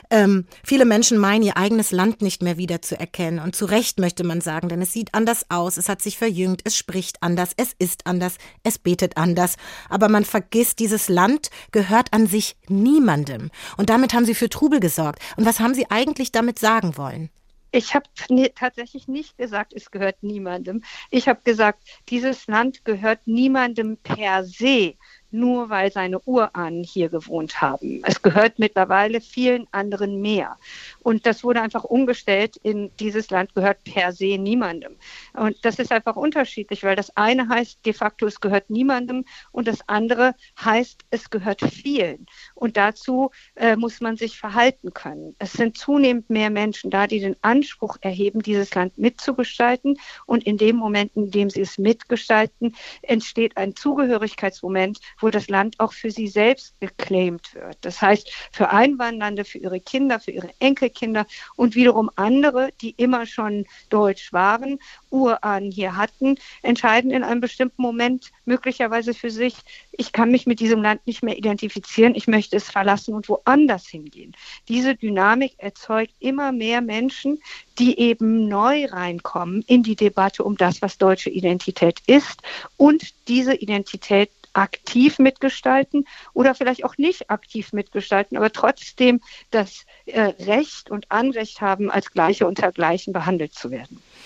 viele Menschen meinen, ihr eigenes Land nicht mehr wiederzuerkennen. Und zu Recht möchte man sagen, denn es sieht anders aus, es hat sich verjüngt, es spricht anders, es ist anders, es betet anders. Aber man vergisst, dieses Land gehört an sich niemandem. Und damit haben Sie für Trubel gesorgt. Und was haben Sie eigentlich damit sagen wollen? Ich habe tatsächlich nicht gesagt, es gehört niemandem. Ich habe gesagt, dieses Land gehört niemandem per se, nur weil seine Urahnen hier gewohnt haben. Es gehört mittlerweile vielen anderen mehr. Und das wurde einfach umgestellt in dieses Land gehört per se niemandem. Und das ist einfach unterschiedlich, weil das eine heißt de facto, es gehört niemandem und das andere heißt, es gehört vielen. Und dazu muss man sich verhalten können. Es sind zunehmend mehr Menschen da, die den Anspruch erheben, dieses Land mitzugestalten. Und in dem Moment, in dem sie es mitgestalten, entsteht ein Zugehörigkeitsmoment, wo das Land auch für sie selbst geclaimt wird. Das heißt, für Einwandernde, für ihre Kinder, für ihre Enkelkinder und wiederum andere, die immer schon deutsch waren, Urahnen hier hatten, entscheiden in einem bestimmten Moment möglicherweise für sich, ich kann mich mit diesem Land nicht mehr identifizieren, ich möchte es verlassen und woanders hingehen. Diese Dynamik erzeugt immer mehr Menschen, die eben neu reinkommen in die Debatte um das, was deutsche Identität ist und diese Identität aktiv mitgestalten oder vielleicht auch nicht aktiv mitgestalten, aber trotzdem das Recht und Anrecht haben, als Gleiche unter Gleichen behandelt zu werden.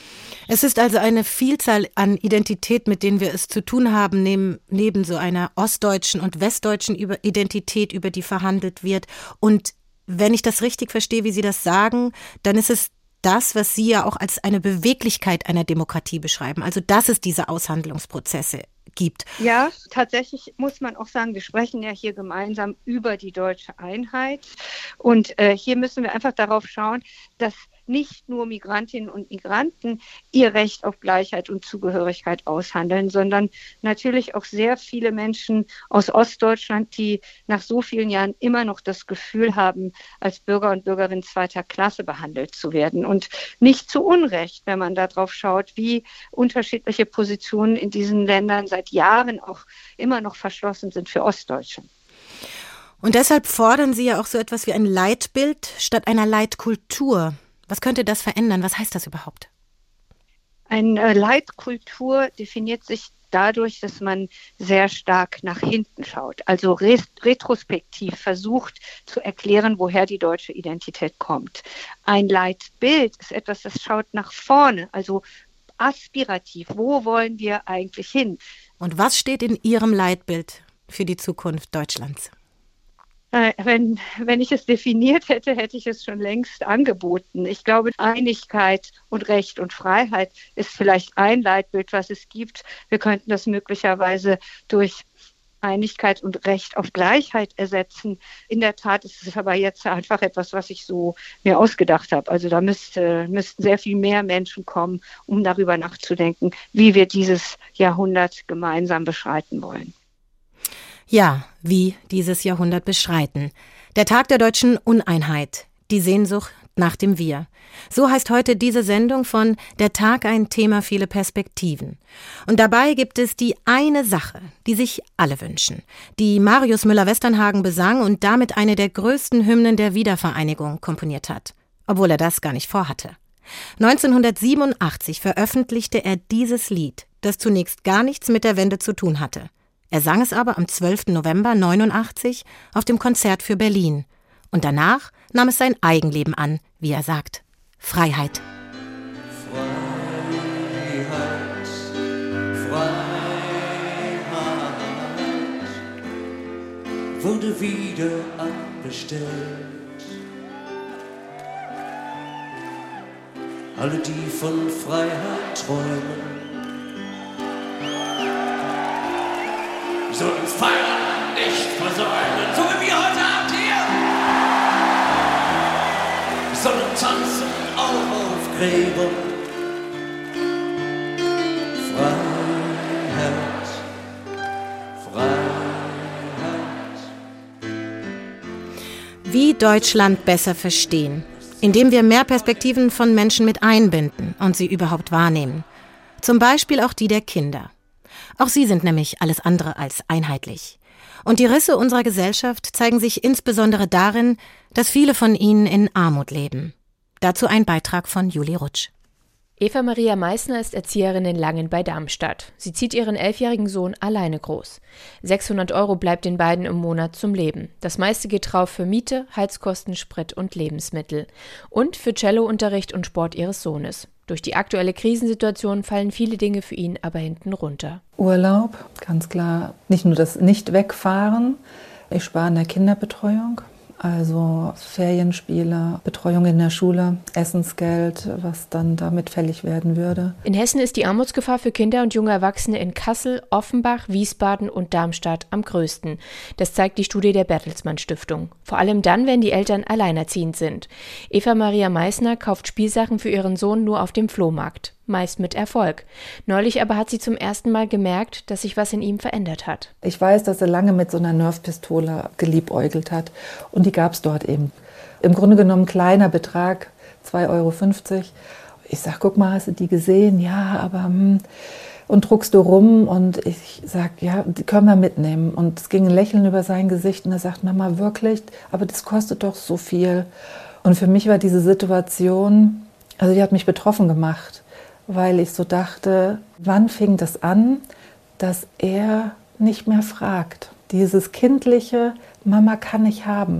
Es ist also eine Vielzahl an Identität, mit denen wir es zu tun haben, neben so einer ostdeutschen und westdeutschen Identität, über die verhandelt wird. Und wenn ich das richtig verstehe, wie Sie das sagen, dann ist es das, was Sie ja auch als eine Beweglichkeit einer Demokratie beschreiben. Also dass es diese Aushandlungsprozesse gibt. Ja, tatsächlich muss man auch sagen, wir sprechen ja hier gemeinsam über die deutsche Einheit. Und hier müssen wir einfach darauf schauen, dass nicht nur Migrantinnen und Migranten ihr Recht auf Gleichheit und Zugehörigkeit aushandeln, sondern natürlich auch sehr viele Menschen aus Ostdeutschland, die nach so vielen Jahren immer noch das Gefühl haben, als Bürger und Bürgerin zweiter Klasse behandelt zu werden. Und nicht zu Unrecht, wenn man darauf schaut, wie unterschiedliche Positionen in diesen Ländern seit Jahren auch immer noch verschlossen sind für Ostdeutsche. Und deshalb fordern Sie ja auch so etwas wie ein Leitbild statt einer Leitkultur. Was könnte das verändern? Was heißt das überhaupt? Eine Leitkultur definiert sich dadurch, dass man sehr stark nach hinten schaut, also retrospektiv versucht zu erklären, woher die deutsche Identität kommt. Ein Leitbild ist etwas, das schaut nach vorne, also aspirativ. Wo wollen wir eigentlich hin? Und was steht in Ihrem Leitbild für die Zukunft Deutschlands? Wenn ich es definiert hätte, hätte ich es schon längst angeboten. Ich glaube, Einigkeit und Recht und Freiheit ist vielleicht ein Leitbild, was es gibt. Wir könnten das möglicherweise durch Einigkeit und Recht auf Gleichheit ersetzen. In der Tat ist es aber jetzt einfach etwas, was ich so mir ausgedacht habe. Also da müssten sehr viel mehr Menschen kommen, um darüber nachzudenken, wie wir dieses Jahrhundert gemeinsam beschreiten wollen. Ja, wie dieses Jahrhundert beschreiten. Der Tag der deutschen Uneinheit, die Sehnsucht nach dem Wir. So heißt heute diese Sendung von Der Tag, ein Thema, viele Perspektiven. Und dabei gibt es die eine Sache, die sich alle wünschen, die Marius Müller-Westernhagen besang und damit eine der größten Hymnen der Wiedervereinigung komponiert hat, obwohl er das gar nicht vorhatte. 1987 veröffentlichte er dieses Lied, das zunächst gar nichts mit der Wende zu tun hatte. Er sang es aber am 12. November 1989 auf dem Konzert für Berlin. Und danach nahm es sein Eigenleben an, wie er sagt. Freiheit. Freiheit wurde wieder abbestellt. Alle, die von Freiheit träumen, sollen Feiern nicht versäumen, so wie wir heute Abend hier. Sollen tanzen auch auf Gräbern. Freiheit, Freiheit. Wie Deutschland besser verstehen, indem wir mehr Perspektiven von Menschen mit einbinden und sie überhaupt wahrnehmen. Zum Beispiel auch die der Kinder. Auch sie sind nämlich alles andere als einheitlich. Und die Risse unserer Gesellschaft zeigen sich insbesondere darin, dass viele von ihnen in Armut leben. Dazu ein Beitrag von Julie Rutsch. Eva Maria Meissner ist Erzieherin in Langen bei Darmstadt. Sie zieht ihren 11-jährigen Sohn alleine groß. 600 € bleibt den beiden im Monat zum Leben. Das meiste geht drauf für Miete, Heizkosten, Sprit und Lebensmittel. Und für Cellounterricht und Sport ihres Sohnes. Durch die aktuelle Krisensituation fallen viele Dinge für ihn aber hinten runter. Urlaub, ganz klar. Nicht nur das Nicht-Wegfahren. Ich spare an der Kinderbetreuung. Also Ferienspiele, Betreuung in der Schule, Essensgeld, was dann damit fällig werden würde. In Hessen ist die Armutsgefahr für Kinder und junge Erwachsene in Kassel, Offenbach, Wiesbaden und Darmstadt am größten. Das zeigt die Studie der Bertelsmann Stiftung. Vor allem dann, wenn die Eltern alleinerziehend sind. Eva Maria Meissner kauft Spielsachen für ihren Sohn nur auf dem Flohmarkt. Meist mit Erfolg. Neulich aber hat sie zum ersten Mal gemerkt, dass sich was in ihm verändert hat. Ich weiß, dass er lange mit so einer Nerfpistole geliebäugelt hat. Und die gab es dort eben. Im Grunde genommen kleiner Betrag, 2,50 €. Ich sag, guck mal, hast du die gesehen? Ja, aber und druckst du rum und ich sag, ja, die können wir mitnehmen. Und es ging ein Lächeln über sein Gesicht und er sagt, Mama, wirklich? Aber das kostet doch so viel. Und für mich war diese Situation, also die hat mich betroffen gemacht. Weil ich so dachte, wann fing das an, dass er nicht mehr fragt? Dieses kindliche, Mama kann ich haben.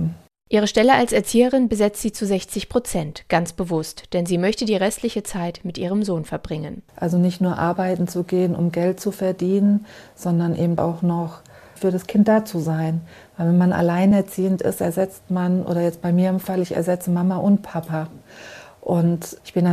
Ihre Stelle als Erzieherin besetzt sie zu 60%, ganz bewusst, denn sie möchte die restliche Zeit mit ihrem Sohn verbringen. Also nicht nur arbeiten zu gehen, um Geld zu verdienen, sondern eben auch noch für das Kind da zu sein. Weil wenn man alleinerziehend ist, ersetzt man, oder jetzt bei mir im Fall, ich ersetze Mama und Papa. Und ich bin an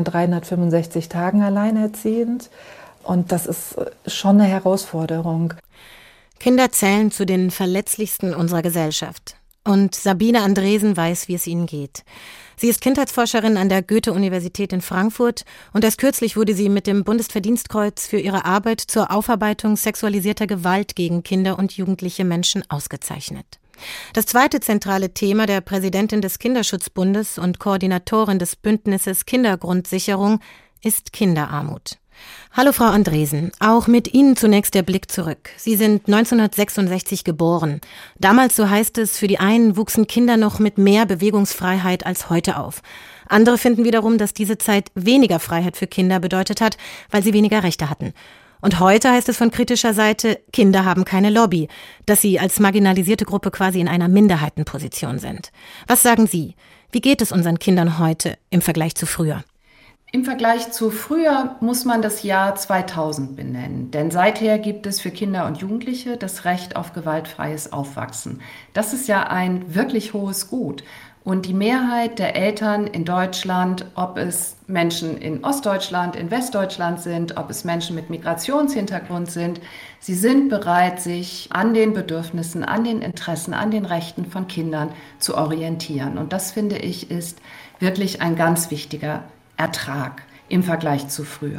365 Tagen alleinerziehend und das ist schon eine Herausforderung. Kinder zählen zu den verletzlichsten unserer Gesellschaft. Und Sabine Andresen weiß, wie es ihnen geht. Sie ist Kindheitsforscherin an der Goethe-Universität in Frankfurt und erst kürzlich wurde sie mit dem Bundesverdienstkreuz für ihre Arbeit zur Aufarbeitung sexualisierter Gewalt gegen Kinder und jugendliche Menschen ausgezeichnet. Das zweite zentrale Thema der Präsidentin des Kinderschutzbundes und Koordinatorin des Bündnisses Kindergrundsicherung ist Kinderarmut. Hallo Frau Andresen, auch mit Ihnen zunächst der Blick zurück. Sie sind 1966 geboren. Damals, so heißt es, für die einen wuchsen Kinder noch mit mehr Bewegungsfreiheit als heute auf. Andere finden wiederum, dass diese Zeit weniger Freiheit für Kinder bedeutet hat, weil sie weniger Rechte hatten. Und heute heißt es von kritischer Seite, Kinder haben keine Lobby, dass sie als marginalisierte Gruppe quasi in einer Minderheitenposition sind. Was sagen Sie? Wie geht es unseren Kindern heute im Vergleich zu früher? Im Vergleich zu früher muss man das Jahr 2000 benennen, denn seither gibt es für Kinder und Jugendliche das Recht auf gewaltfreies Aufwachsen. Das ist ja ein wirklich hohes Gut. Und die Mehrheit der Eltern in Deutschland, ob es Menschen in Ostdeutschland, in Westdeutschland sind, ob es Menschen mit Migrationshintergrund sind, sie sind bereit, sich an den Bedürfnissen, an den Interessen, an den Rechten von Kindern zu orientieren. Und das, finde ich, ist wirklich ein ganz wichtiger Ertrag im Vergleich zu früher.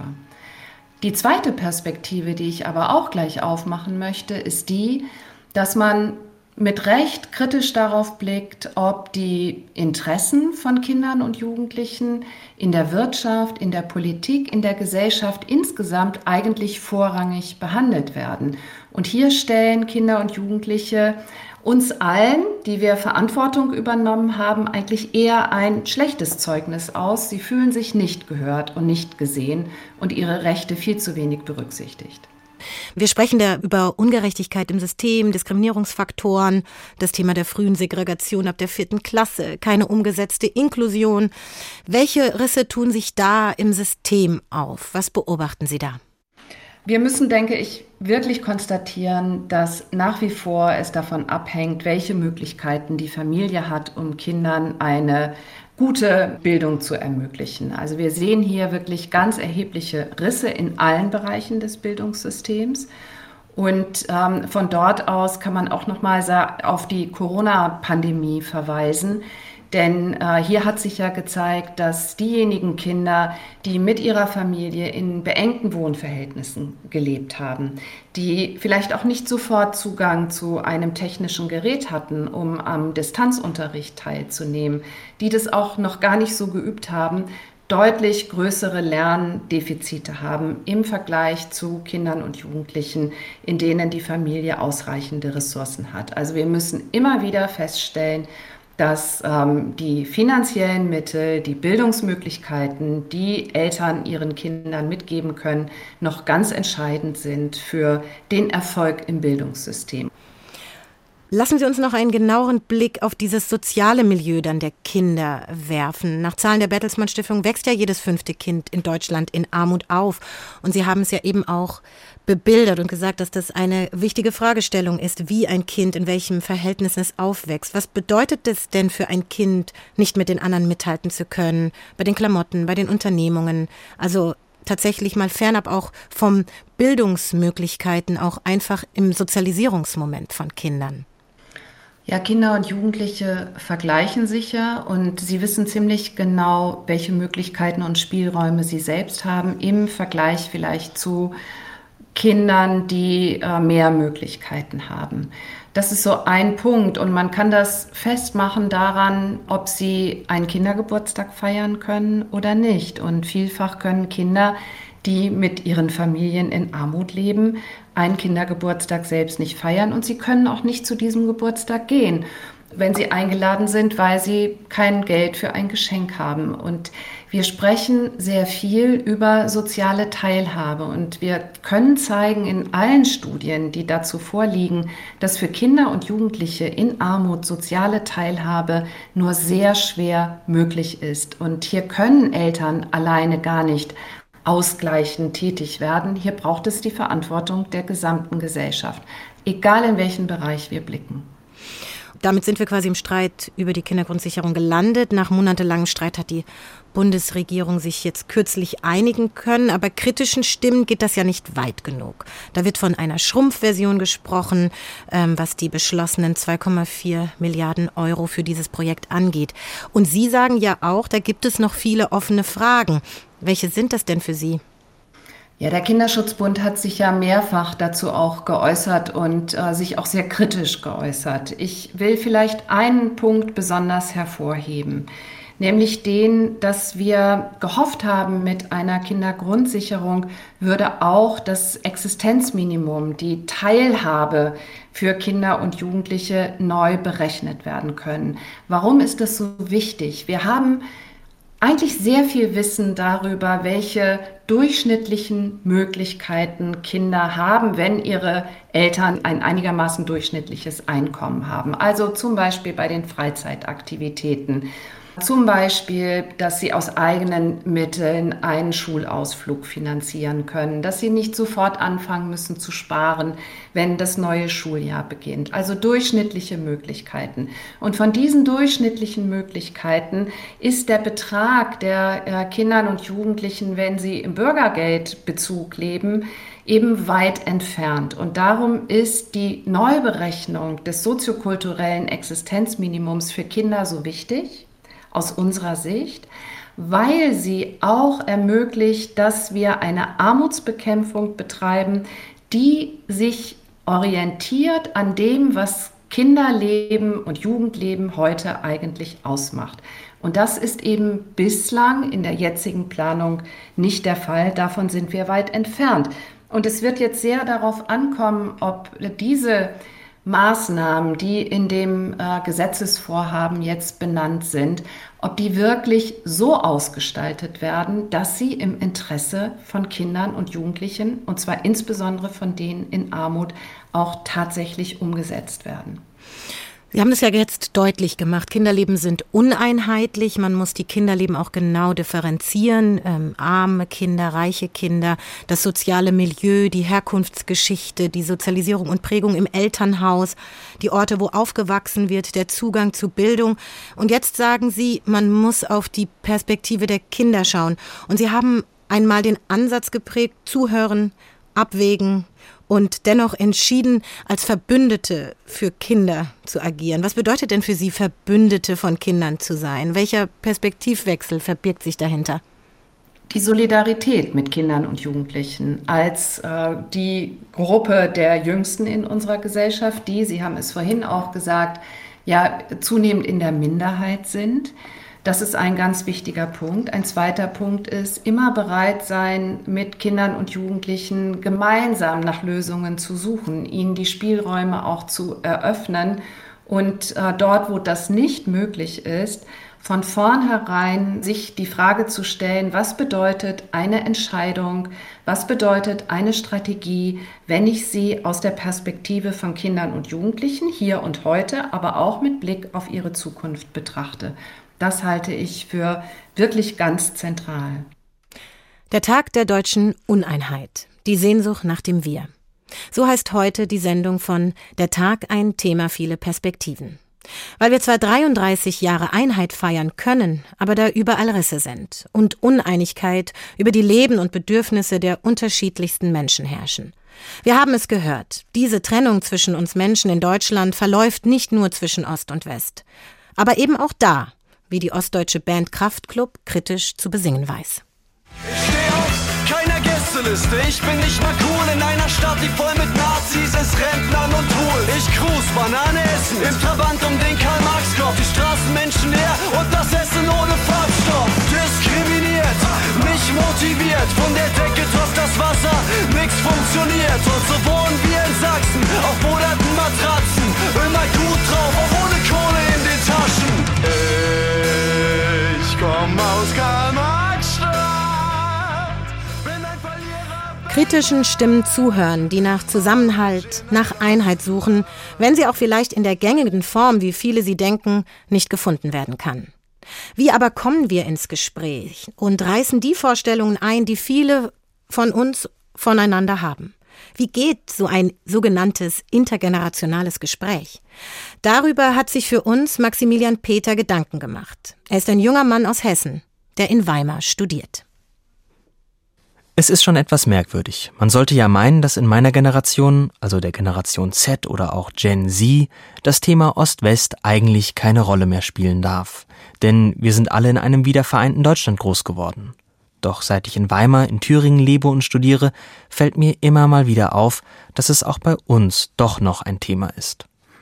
Die zweite Perspektive, die ich aber auch gleich aufmachen möchte, ist die, dass man mit Recht kritisch darauf blickt, ob die Interessen von Kindern und Jugendlichen in der Wirtschaft, in der Politik, in der Gesellschaft insgesamt eigentlich vorrangig behandelt werden. Und hier stellen Kinder und Jugendliche uns allen, die wir Verantwortung übernommen haben, eigentlich eher ein schlechtes Zeugnis aus. Sie fühlen sich nicht gehört und nicht gesehen und ihre Rechte viel zu wenig berücksichtigt. Wir sprechen da über Ungerechtigkeit im System, Diskriminierungsfaktoren, das Thema der frühen Segregation ab der 4. Klasse, keine umgesetzte Inklusion. Welche Risse tun sich da im System auf? Was beobachten Sie da? Wir müssen, denke ich, wirklich konstatieren, dass nach wie vor es davon abhängt, welche Möglichkeiten die Familie hat, um Kindern eine gute Bildung zu ermöglichen. Also wir sehen hier wirklich ganz erhebliche Risse in allen Bereichen des Bildungssystems. Und von dort aus kann man auch nochmal auf die Corona-Pandemie verweisen. Denn hier hat sich ja gezeigt, dass diejenigen Kinder, die mit ihrer Familie in beengten Wohnverhältnissen gelebt haben, die vielleicht auch nicht sofort Zugang zu einem technischen Gerät hatten, um am Distanzunterricht teilzunehmen, die das auch noch gar nicht so geübt haben, deutlich größere Lerndefizite haben im Vergleich zu Kindern und Jugendlichen, in denen die Familie ausreichende Ressourcen hat. Also wir müssen immer wieder feststellen, dass die finanziellen Mittel, die Bildungsmöglichkeiten, die Eltern ihren Kindern mitgeben können, noch ganz entscheidend sind für den Erfolg im Bildungssystem. Lassen Sie uns noch einen genaueren Blick auf dieses soziale Milieu dann der Kinder werfen. Nach Zahlen der Bertelsmann Stiftung wächst ja jedes 5. Kind in Deutschland in Armut auf. Und Sie haben es ja eben auch bebildert und gesagt, dass das eine wichtige Fragestellung ist, wie ein Kind, in welchem Verhältnis es aufwächst. Was bedeutet es denn für ein Kind, nicht mit den anderen mithalten zu können, bei den Klamotten, bei den Unternehmungen? Also tatsächlich mal fernab auch vom Bildungsmöglichkeiten, auch einfach im Sozialisierungsmoment von Kindern. Ja, Kinder und Jugendliche vergleichen sich ja und sie wissen ziemlich genau, welche Möglichkeiten und Spielräume sie selbst haben im Vergleich vielleicht zu Kindern, die mehr Möglichkeiten haben. Das ist so ein Punkt und man kann das festmachen daran, ob sie einen Kindergeburtstag feiern können oder nicht. Und vielfach können Kinder, die mit ihren Familien in Armut leben, einen Kindergeburtstag selbst nicht feiern und sie können auch nicht zu diesem Geburtstag gehen, wenn sie eingeladen sind, weil sie kein Geld für ein Geschenk haben. Und Wir sprechen sehr viel über soziale Teilhabe und wir können zeigen in allen Studien, die dazu vorliegen, dass für Kinder und Jugendliche in Armut soziale Teilhabe nur sehr schwer möglich ist. Und hier können Eltern alleine gar nicht ausgleichend tätig werden. Hier braucht es die Verantwortung der gesamten Gesellschaft, egal in welchen Bereich wir blicken. Damit sind wir quasi im Streit über die Kindergrundsicherung gelandet. Nach monatelangem Streit hat die Bundesregierung sich jetzt kürzlich einigen können. Aber kritischen Stimmen geht das ja nicht weit genug. Da wird von einer Schrumpfversion gesprochen, was die beschlossenen 2,4 Milliarden Euro für dieses Projekt angeht. Und Sie sagen ja auch, da gibt es noch viele offene Fragen. Welche sind das denn für Sie? Ja, der Kinderschutzbund hat sich ja mehrfach dazu auch geäußert und sich auch sehr kritisch geäußert. Ich will vielleicht einen Punkt besonders hervorheben, nämlich den, dass wir gehofft haben, mit einer Kindergrundsicherung würde auch das Existenzminimum, die Teilhabe für Kinder und Jugendliche neu berechnet werden können. Warum ist das so wichtig? Wir haben eigentlich sehr viel Wissen darüber, welche durchschnittlichen Möglichkeiten Kinder haben, wenn ihre Eltern ein einigermaßen durchschnittliches Einkommen haben. Also zum Beispiel bei den Freizeitaktivitäten. Zum Beispiel, dass sie aus eigenen Mitteln einen Schulausflug finanzieren können, dass sie nicht sofort anfangen müssen zu sparen, wenn das neue Schuljahr beginnt. Also durchschnittliche Möglichkeiten. Und von diesen durchschnittlichen Möglichkeiten ist der Betrag der Kindern und Jugendlichen, wenn sie im Bürgergeldbezug leben, eben weit entfernt. Und darum ist die Neuberechnung des soziokulturellen Existenzminimums für Kinder so wichtig, aus unserer Sicht, weil sie auch ermöglicht, dass wir eine Armutsbekämpfung betreiben, die sich orientiert an dem, was Kinderleben und Jugendleben heute eigentlich ausmacht. Und das ist eben bislang in der jetzigen Planung nicht der Fall. Davon sind wir weit entfernt. Und es wird jetzt sehr darauf ankommen, ob diese Maßnahmen, die in dem Gesetzesvorhaben jetzt benannt sind, ob die wirklich so ausgestaltet werden, dass sie im Interesse von Kindern und Jugendlichen, und zwar insbesondere von denen in Armut, auch tatsächlich umgesetzt werden. Sie haben es ja jetzt deutlich gemacht. Kinderleben sind uneinheitlich. Man muss die Kinderleben auch genau differenzieren. Arme Kinder, reiche Kinder, das soziale Milieu, die Herkunftsgeschichte, die Sozialisierung und Prägung im Elternhaus, die Orte, wo aufgewachsen wird, der Zugang zu Bildung. Und jetzt sagen Sie, man muss auf die Perspektive der Kinder schauen. Und Sie haben einmal den Ansatz geprägt, zuhören, abwägen und dennoch entschieden, als Verbündete für Kinder zu agieren. Was bedeutet denn für Sie, Verbündete von Kindern zu sein? Welcher Perspektivwechsel verbirgt sich dahinter? Die Solidarität mit Kindern und Jugendlichen als die Gruppe der Jüngsten in unserer Gesellschaft, die, Sie haben es vorhin auch gesagt, ja zunehmend in der Minderheit sind. Das ist ein ganz wichtiger Punkt. Ein zweiter Punkt ist, immer bereit sein, mit Kindern und Jugendlichen gemeinsam nach Lösungen zu suchen, ihnen die Spielräume auch zu eröffnen und dort, wo das nicht möglich ist, von vornherein sich die Frage zu stellen, was bedeutet eine Entscheidung, was bedeutet eine Strategie, wenn ich sie aus der Perspektive von Kindern und Jugendlichen hier und heute, aber auch mit Blick auf ihre Zukunft betrachte. Das halte ich für wirklich ganz zentral. Der Tag der deutschen Uneinheit. Die Sehnsucht nach dem Wir. So heißt heute die Sendung von Der Tag, ein Thema, viele Perspektiven. Weil wir zwar 33 Jahre Einheit feiern können, aber da überall Risse sind und Uneinigkeit über die Leben und Bedürfnisse der unterschiedlichsten Menschen herrschen. Wir haben es gehört, diese Trennung zwischen uns Menschen in Deutschland verläuft nicht nur zwischen Ost und West, aber eben auch da, wie die ostdeutsche Band Kraftklub kritisch zu besingen weiß. Ich steh auf keiner Gästeliste, ich bin nicht mal cool in einer Stadt, die voll mit Nazis ist, Rentnern und Hohl. Ich cruise, Banane essen, im Trabant um den Karl-Marx-Kopf, die Straßen menschenleer und das Essen ohne Farbstoff. Diskriminiert, mich motiviert, von der Decke tropft das Wasser, nix funktioniert. Und so wohnen wir in Sachsen, auf moderten Matratzen, immer gut drauf, auch ohne Kohle in den Taschen. Ich komm aus Karl-Marx. Kritischen Stimmen zuhören, die nach Zusammenhalt, nach Einheit suchen, wenn sie auch vielleicht in der gängigen Form, wie viele sie denken, nicht gefunden werden kann. Wie aber kommen wir ins Gespräch und reißen die Vorstellungen ein, die viele von uns voneinander haben? Wie geht so ein sogenanntes intergenerationales Gespräch? Darüber hat sich für uns Maximilian Peter Gedanken gemacht. Er ist ein junger Mann aus Hessen, der in Weimar studiert. Es ist schon etwas merkwürdig. Man sollte ja meinen, dass in meiner Generation, also der Generation Z oder auch Gen Z, das Thema Ost-West eigentlich keine Rolle mehr spielen darf. Denn wir sind alle in einem wiedervereinten Deutschland groß geworden. Doch seit ich in Weimar in Thüringen lebe und studiere, fällt mir immer mal wieder auf, dass es auch bei uns doch noch ein Thema ist.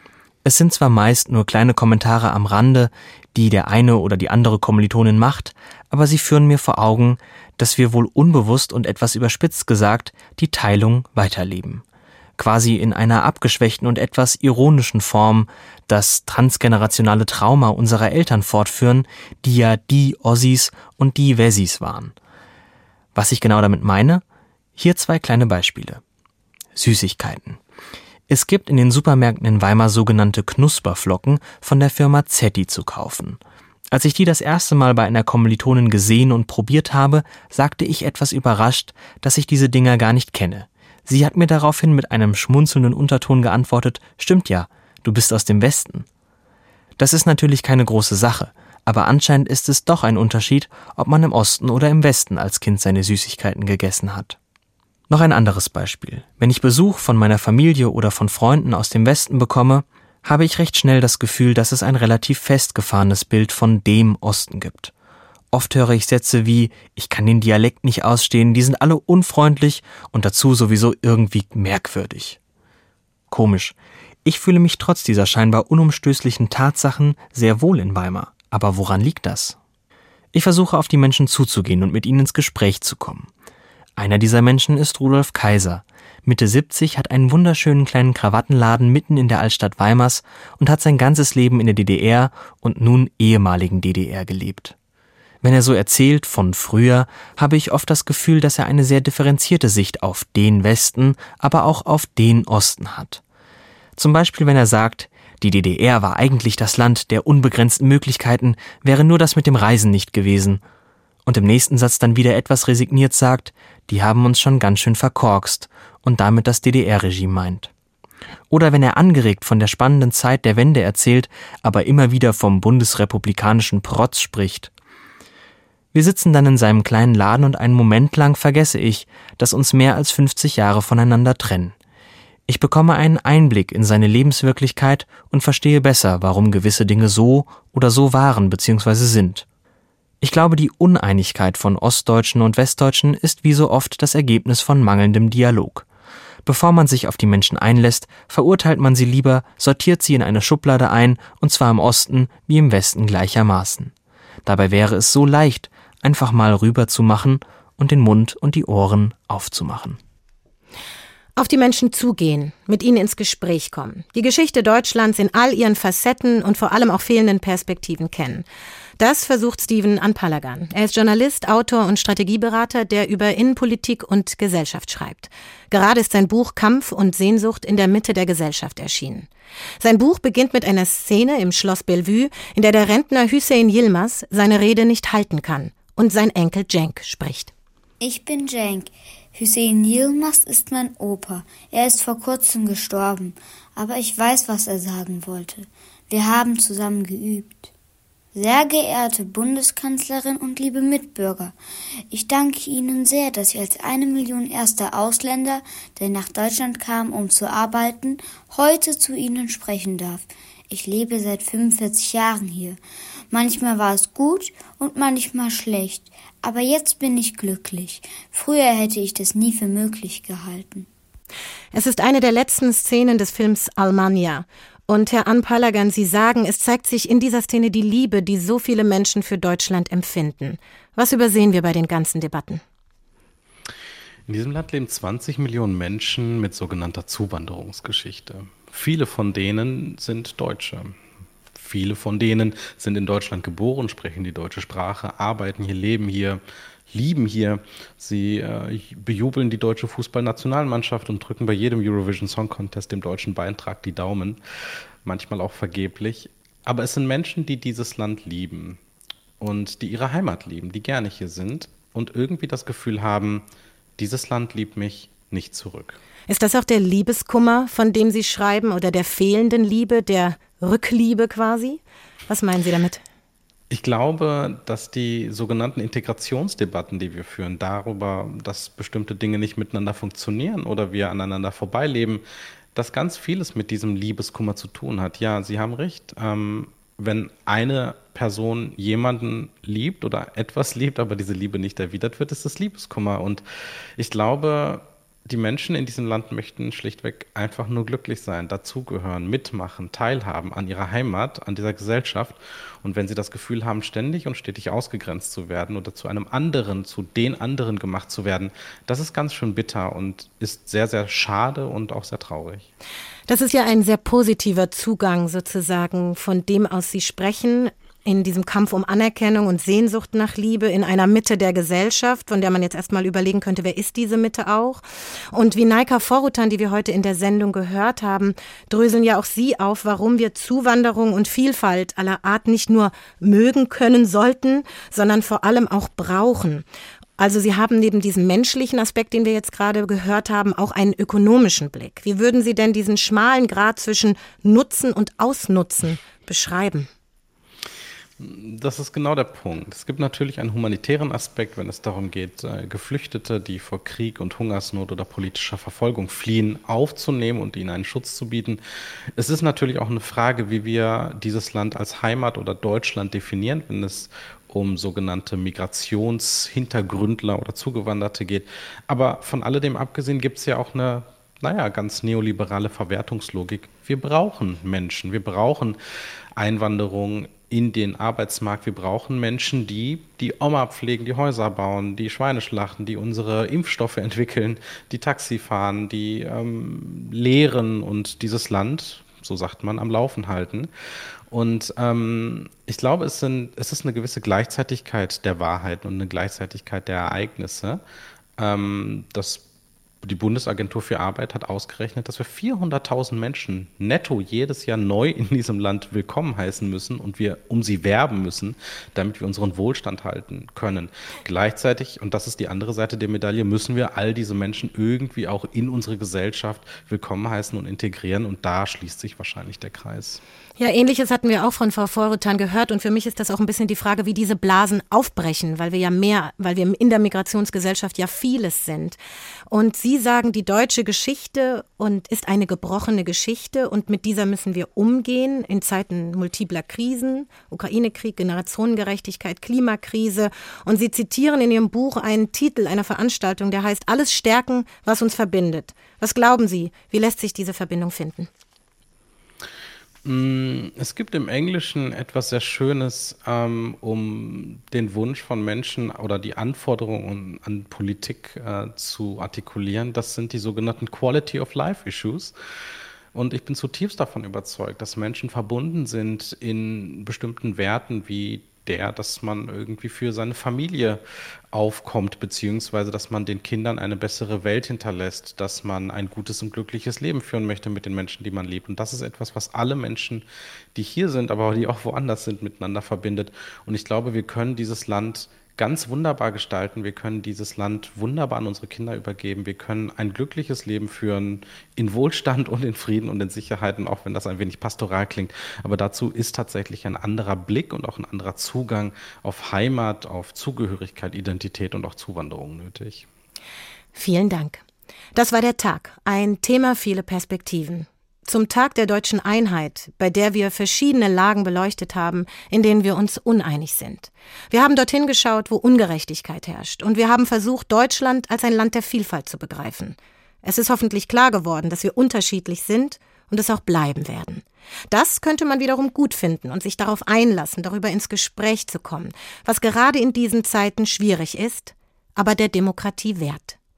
Es sind zwar meist nur kleine Kommentare am Rande, die der eine oder die andere Kommilitonin macht, aber sie führen mir vor Augen, dass wir wohl unbewusst und etwas überspitzt gesagt die Teilung weiterleben. Quasi in einer abgeschwächten und etwas ironischen Form das transgenerationale Trauma unserer Eltern fortführen, die ja die Ossis und die Wessis waren. Was ich genau damit meine? Hier 2 kleine Beispiele. Süßigkeiten. Es gibt in den Supermärkten in Weimar sogenannte Knusperflocken von der Firma Zetti zu kaufen. Als ich die das erste Mal bei einer Kommilitonin gesehen und probiert habe, sagte ich etwas überrascht, dass ich diese Dinger gar nicht kenne. Sie hat mir daraufhin mit einem schmunzelnden Unterton geantwortet, stimmt ja, du bist aus dem Westen. Das ist natürlich keine große Sache, aber anscheinend ist es doch ein Unterschied, ob man im Osten oder im Westen als Kind seine Süßigkeiten gegessen hat. Noch ein anderes Beispiel. Wenn ich Besuch von meiner Familie oder von Freunden aus dem Westen bekomme, habe ich recht schnell das Gefühl, dass es ein relativ festgefahrenes Bild von dem Osten gibt. Oft höre ich Sätze wie, ich kann den Dialekt nicht ausstehen, die sind alle unfreundlich und dazu sowieso irgendwie merkwürdig. Komisch. Ich fühle mich trotz dieser scheinbar unumstößlichen Tatsachen sehr wohl in Weimar. Aber woran liegt das? Ich versuche auf die Menschen zuzugehen und mit ihnen ins Gespräch zu kommen. Einer dieser Menschen ist Rudolf Kaiser. Mitte 70, hat einen wunderschönen kleinen Krawattenladen mitten in der Altstadt Weimars und hat sein ganzes Leben in der DDR und nun ehemaligen DDR gelebt. Wenn er so erzählt von früher, habe ich oft das Gefühl, dass er eine sehr differenzierte Sicht auf den Westen, aber auch auf den Osten hat. Zum Beispiel, wenn er sagt, die DDR war eigentlich das Land der unbegrenzten Möglichkeiten, wäre nur das mit dem Reisen nicht gewesen. Und im nächsten Satz dann wieder etwas resigniert sagt, die haben uns schon ganz schön verkorkst und damit das DDR-Regime meint. Oder wenn er angeregt von der spannenden Zeit der Wende erzählt, aber immer wieder vom bundesrepublikanischen Protz spricht. Wir sitzen dann in seinem kleinen Laden und einen Moment lang vergesse ich, dass uns mehr als 50 Jahre voneinander trennen. Ich bekomme einen Einblick in seine Lebenswirklichkeit und verstehe besser, warum gewisse Dinge so oder so waren bzw. sind. Ich glaube, die Uneinigkeit von Ostdeutschen und Westdeutschen ist wie so oft das Ergebnis von mangelndem Dialog. Bevor man sich auf die Menschen einlässt, verurteilt man sie lieber, sortiert sie in eine Schublade ein, und zwar im Osten wie im Westen gleichermaßen. Dabei wäre es so leicht, einfach mal rüber zu machen und den Mund und die Ohren aufzumachen. Auf die Menschen zugehen, mit ihnen ins Gespräch kommen, die Geschichte Deutschlands in all ihren Facetten und vor allem auch fehlenden Perspektiven kennen. Das versucht Steven Anpalagan. Er ist Journalist, Autor und Strategieberater, der über Innenpolitik und Gesellschaft schreibt. Gerade ist sein Buch Kampf und Sehnsucht in der Mitte der Gesellschaft erschienen. Sein Buch beginnt mit einer Szene im Schloss Bellevue, in der der Rentner Hüseyin Yilmaz seine Rede nicht halten kann und sein Enkel Cenk spricht. Ich bin Cenk. Hüseyin Yilmaz ist mein Opa. Er ist vor kurzem gestorben, aber ich weiß, was er sagen wollte. Wir haben zusammen geübt. Sehr geehrte Bundeskanzlerin und liebe Mitbürger, ich danke Ihnen sehr, dass ich als 1 Million erster Ausländer, der nach Deutschland kam, um zu arbeiten, heute zu Ihnen sprechen darf. Ich lebe seit 45 Jahren hier. Manchmal war es gut und manchmal schlecht, aber jetzt bin ich glücklich. Früher hätte ich das nie für möglich gehalten. Es ist eine der letzten Szenen des Films Almanya. Und Herr Anpalagan, Sie sagen, es zeigt sich in dieser Szene die Liebe, die so viele Menschen für Deutschland empfinden. Was übersehen wir bei den ganzen Debatten? In diesem Land leben 20 Millionen Menschen mit sogenannter Zuwanderungsgeschichte. Viele von denen sind Deutsche. Viele von denen sind in Deutschland geboren, sprechen die deutsche Sprache, arbeiten hier, leben hier. lieben hier. Sie bejubeln die deutsche Fußballnationalmannschaft und drücken bei jedem Eurovision Song Contest dem deutschen Beitrag die Daumen. Manchmal auch vergeblich. Aber es sind Menschen, die dieses Land lieben und die ihre Heimat lieben, die gerne hier sind und irgendwie das Gefühl haben, dieses Land liebt mich nicht zurück. Ist das auch der Liebeskummer, von dem Sie schreiben, oder der fehlenden Liebe, der Rückliebe quasi? Was meinen Sie damit? Ich glaube, dass die sogenannten Integrationsdebatten, die wir führen, darüber, dass bestimmte Dinge nicht miteinander funktionieren oder wir aneinander vorbeileben, dass ganz vieles mit diesem Liebeskummer zu tun hat. Ja, Sie haben recht. Wenn eine Person jemanden liebt oder etwas liebt, aber diese Liebe nicht erwidert wird, ist das Liebeskummer. Und ich glaube, die Menschen in diesem Land möchten schlichtweg einfach nur glücklich sein, dazugehören, mitmachen, teilhaben an ihrer Heimat, an dieser Gesellschaft. Und wenn sie das Gefühl haben, ständig und stetig ausgegrenzt zu werden oder zu einem anderen, zu den anderen gemacht zu werden, das ist ganz schön bitter und ist sehr, sehr schade und auch sehr traurig. Das ist ja ein sehr positiver Zugang sozusagen, von dem aus Sie sprechen, in diesem Kampf um Anerkennung und Sehnsucht nach Liebe, in einer Mitte der Gesellschaft, von der man jetzt erstmal überlegen könnte, wer ist diese Mitte auch? Und wie Naika Forutan, die wir heute in der Sendung gehört haben, dröseln ja auch Sie auf, warum wir Zuwanderung und Vielfalt aller Art nicht nur mögen können sollten, sondern vor allem auch brauchen. Also Sie haben neben diesem menschlichen Aspekt, den wir jetzt gerade gehört haben, auch einen ökonomischen Blick. Wie würden Sie denn diesen schmalen Grat zwischen Nutzen und Ausnutzen beschreiben? Das ist genau der Punkt. Es gibt natürlich einen humanitären Aspekt, wenn es darum geht, Geflüchtete, die vor Krieg und Hungersnot oder politischer Verfolgung fliehen, aufzunehmen und ihnen einen Schutz zu bieten. Es ist natürlich auch eine Frage, wie wir dieses Land als Heimat oder Deutschland definieren, wenn es um sogenannte Migrationshintergründler oder Zugewanderte geht. Aber von alledem abgesehen gibt es ja auch eine ganz neoliberale Verwertungslogik. Wir brauchen Menschen, wir brauchen Einwanderung in den Arbeitsmarkt. Wir brauchen Menschen, die die Oma pflegen, die Häuser bauen, die Schweine schlachten, die unsere Impfstoffe entwickeln, die Taxi fahren, die lehren und dieses Land, so sagt man, am Laufen halten. Und ich glaube, es ist eine gewisse Gleichzeitigkeit der Wahrheit und eine Gleichzeitigkeit der Ereignisse, dass die Bundesagentur für Arbeit hat ausgerechnet, dass wir 400.000 Menschen netto jedes Jahr neu in diesem Land willkommen heißen müssen und wir um sie werben müssen, damit wir unseren Wohlstand halten können. Gleichzeitig, und das ist die andere Seite der Medaille, müssen wir all diese Menschen irgendwie auch in unsere Gesellschaft willkommen heißen und integrieren, und da schließt sich wahrscheinlich der Kreis. Ja, Ähnliches hatten wir auch von Frau Forutan gehört, und für mich ist das auch ein bisschen die Frage, wie diese Blasen aufbrechen, weil wir in der Migrationsgesellschaft ja vieles sind. Und Sie sagen, die deutsche Geschichte ist eine gebrochene Geschichte, und mit dieser müssen wir umgehen in Zeiten multipler Krisen, Ukraine-Krieg, Generationengerechtigkeit, Klimakrise. Und Sie zitieren in Ihrem Buch einen Titel einer Veranstaltung, der heißt "Alles stärken, was uns verbindet". Was glauben Sie, wie lässt sich diese Verbindung finden? Es gibt im Englischen etwas sehr Schönes, um den Wunsch von Menschen oder die Anforderungen an Politik zu artikulieren. Das sind die sogenannten Quality of Life Issues. Und ich bin zutiefst davon überzeugt, dass Menschen verbunden sind in bestimmten Werten wie dass man irgendwie für seine Familie aufkommt, beziehungsweise dass man den Kindern eine bessere Welt hinterlässt, dass man ein gutes und glückliches Leben führen möchte mit den Menschen, die man liebt. Und das ist etwas, was alle Menschen, die hier sind, aber die auch woanders sind, miteinander verbindet. Und ich glaube, wir können dieses Land ganz wunderbar gestalten. Wir können dieses Land wunderbar an unsere Kinder übergeben. Wir können ein glückliches Leben führen, in Wohlstand und in Frieden und in Sicherheit, auch wenn das ein wenig pastoral klingt. Aber dazu ist tatsächlich ein anderer Blick und auch ein anderer Zugang auf Heimat, auf Zugehörigkeit, Identität und auch Zuwanderung nötig. Vielen Dank. Das war der Tag. Ein Thema, viele Perspektiven. Zum Tag der deutschen Einheit, bei der wir verschiedene Lagen beleuchtet haben, in denen wir uns uneinig sind. Wir haben dorthin geschaut, wo Ungerechtigkeit herrscht, und wir haben versucht, Deutschland als ein Land der Vielfalt zu begreifen. Es ist hoffentlich klar geworden, dass wir unterschiedlich sind und es auch bleiben werden. Das könnte man wiederum gut finden und sich darauf einlassen, darüber ins Gespräch zu kommen, was gerade in diesen Zeiten schwierig ist, aber der Demokratie wert.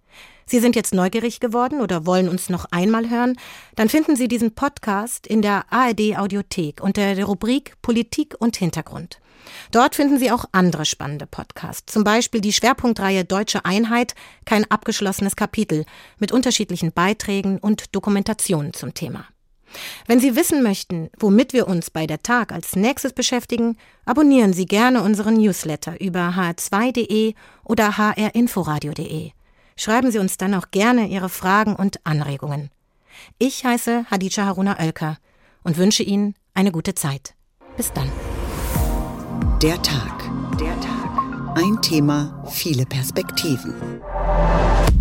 Sie sind jetzt neugierig geworden oder wollen uns noch einmal hören? Dann finden Sie diesen Podcast in der ARD-Audiothek unter der Rubrik Politik und Hintergrund. Dort finden Sie auch andere spannende Podcasts, zum Beispiel die Schwerpunktreihe Deutsche Einheit, kein abgeschlossenes Kapitel, mit unterschiedlichen Beiträgen und Dokumentationen zum Thema. Wenn Sie wissen möchten, womit wir uns bei der Tag als nächstes beschäftigen, abonnieren Sie gerne unseren Newsletter über hr2.de oder hrinforadio.de. Schreiben Sie uns dann auch gerne Ihre Fragen und Anregungen. Ich heiße Hadija Haruna Oelker und wünsche Ihnen eine gute Zeit. Bis dann. Der Tag. Ein Thema, viele Perspektiven.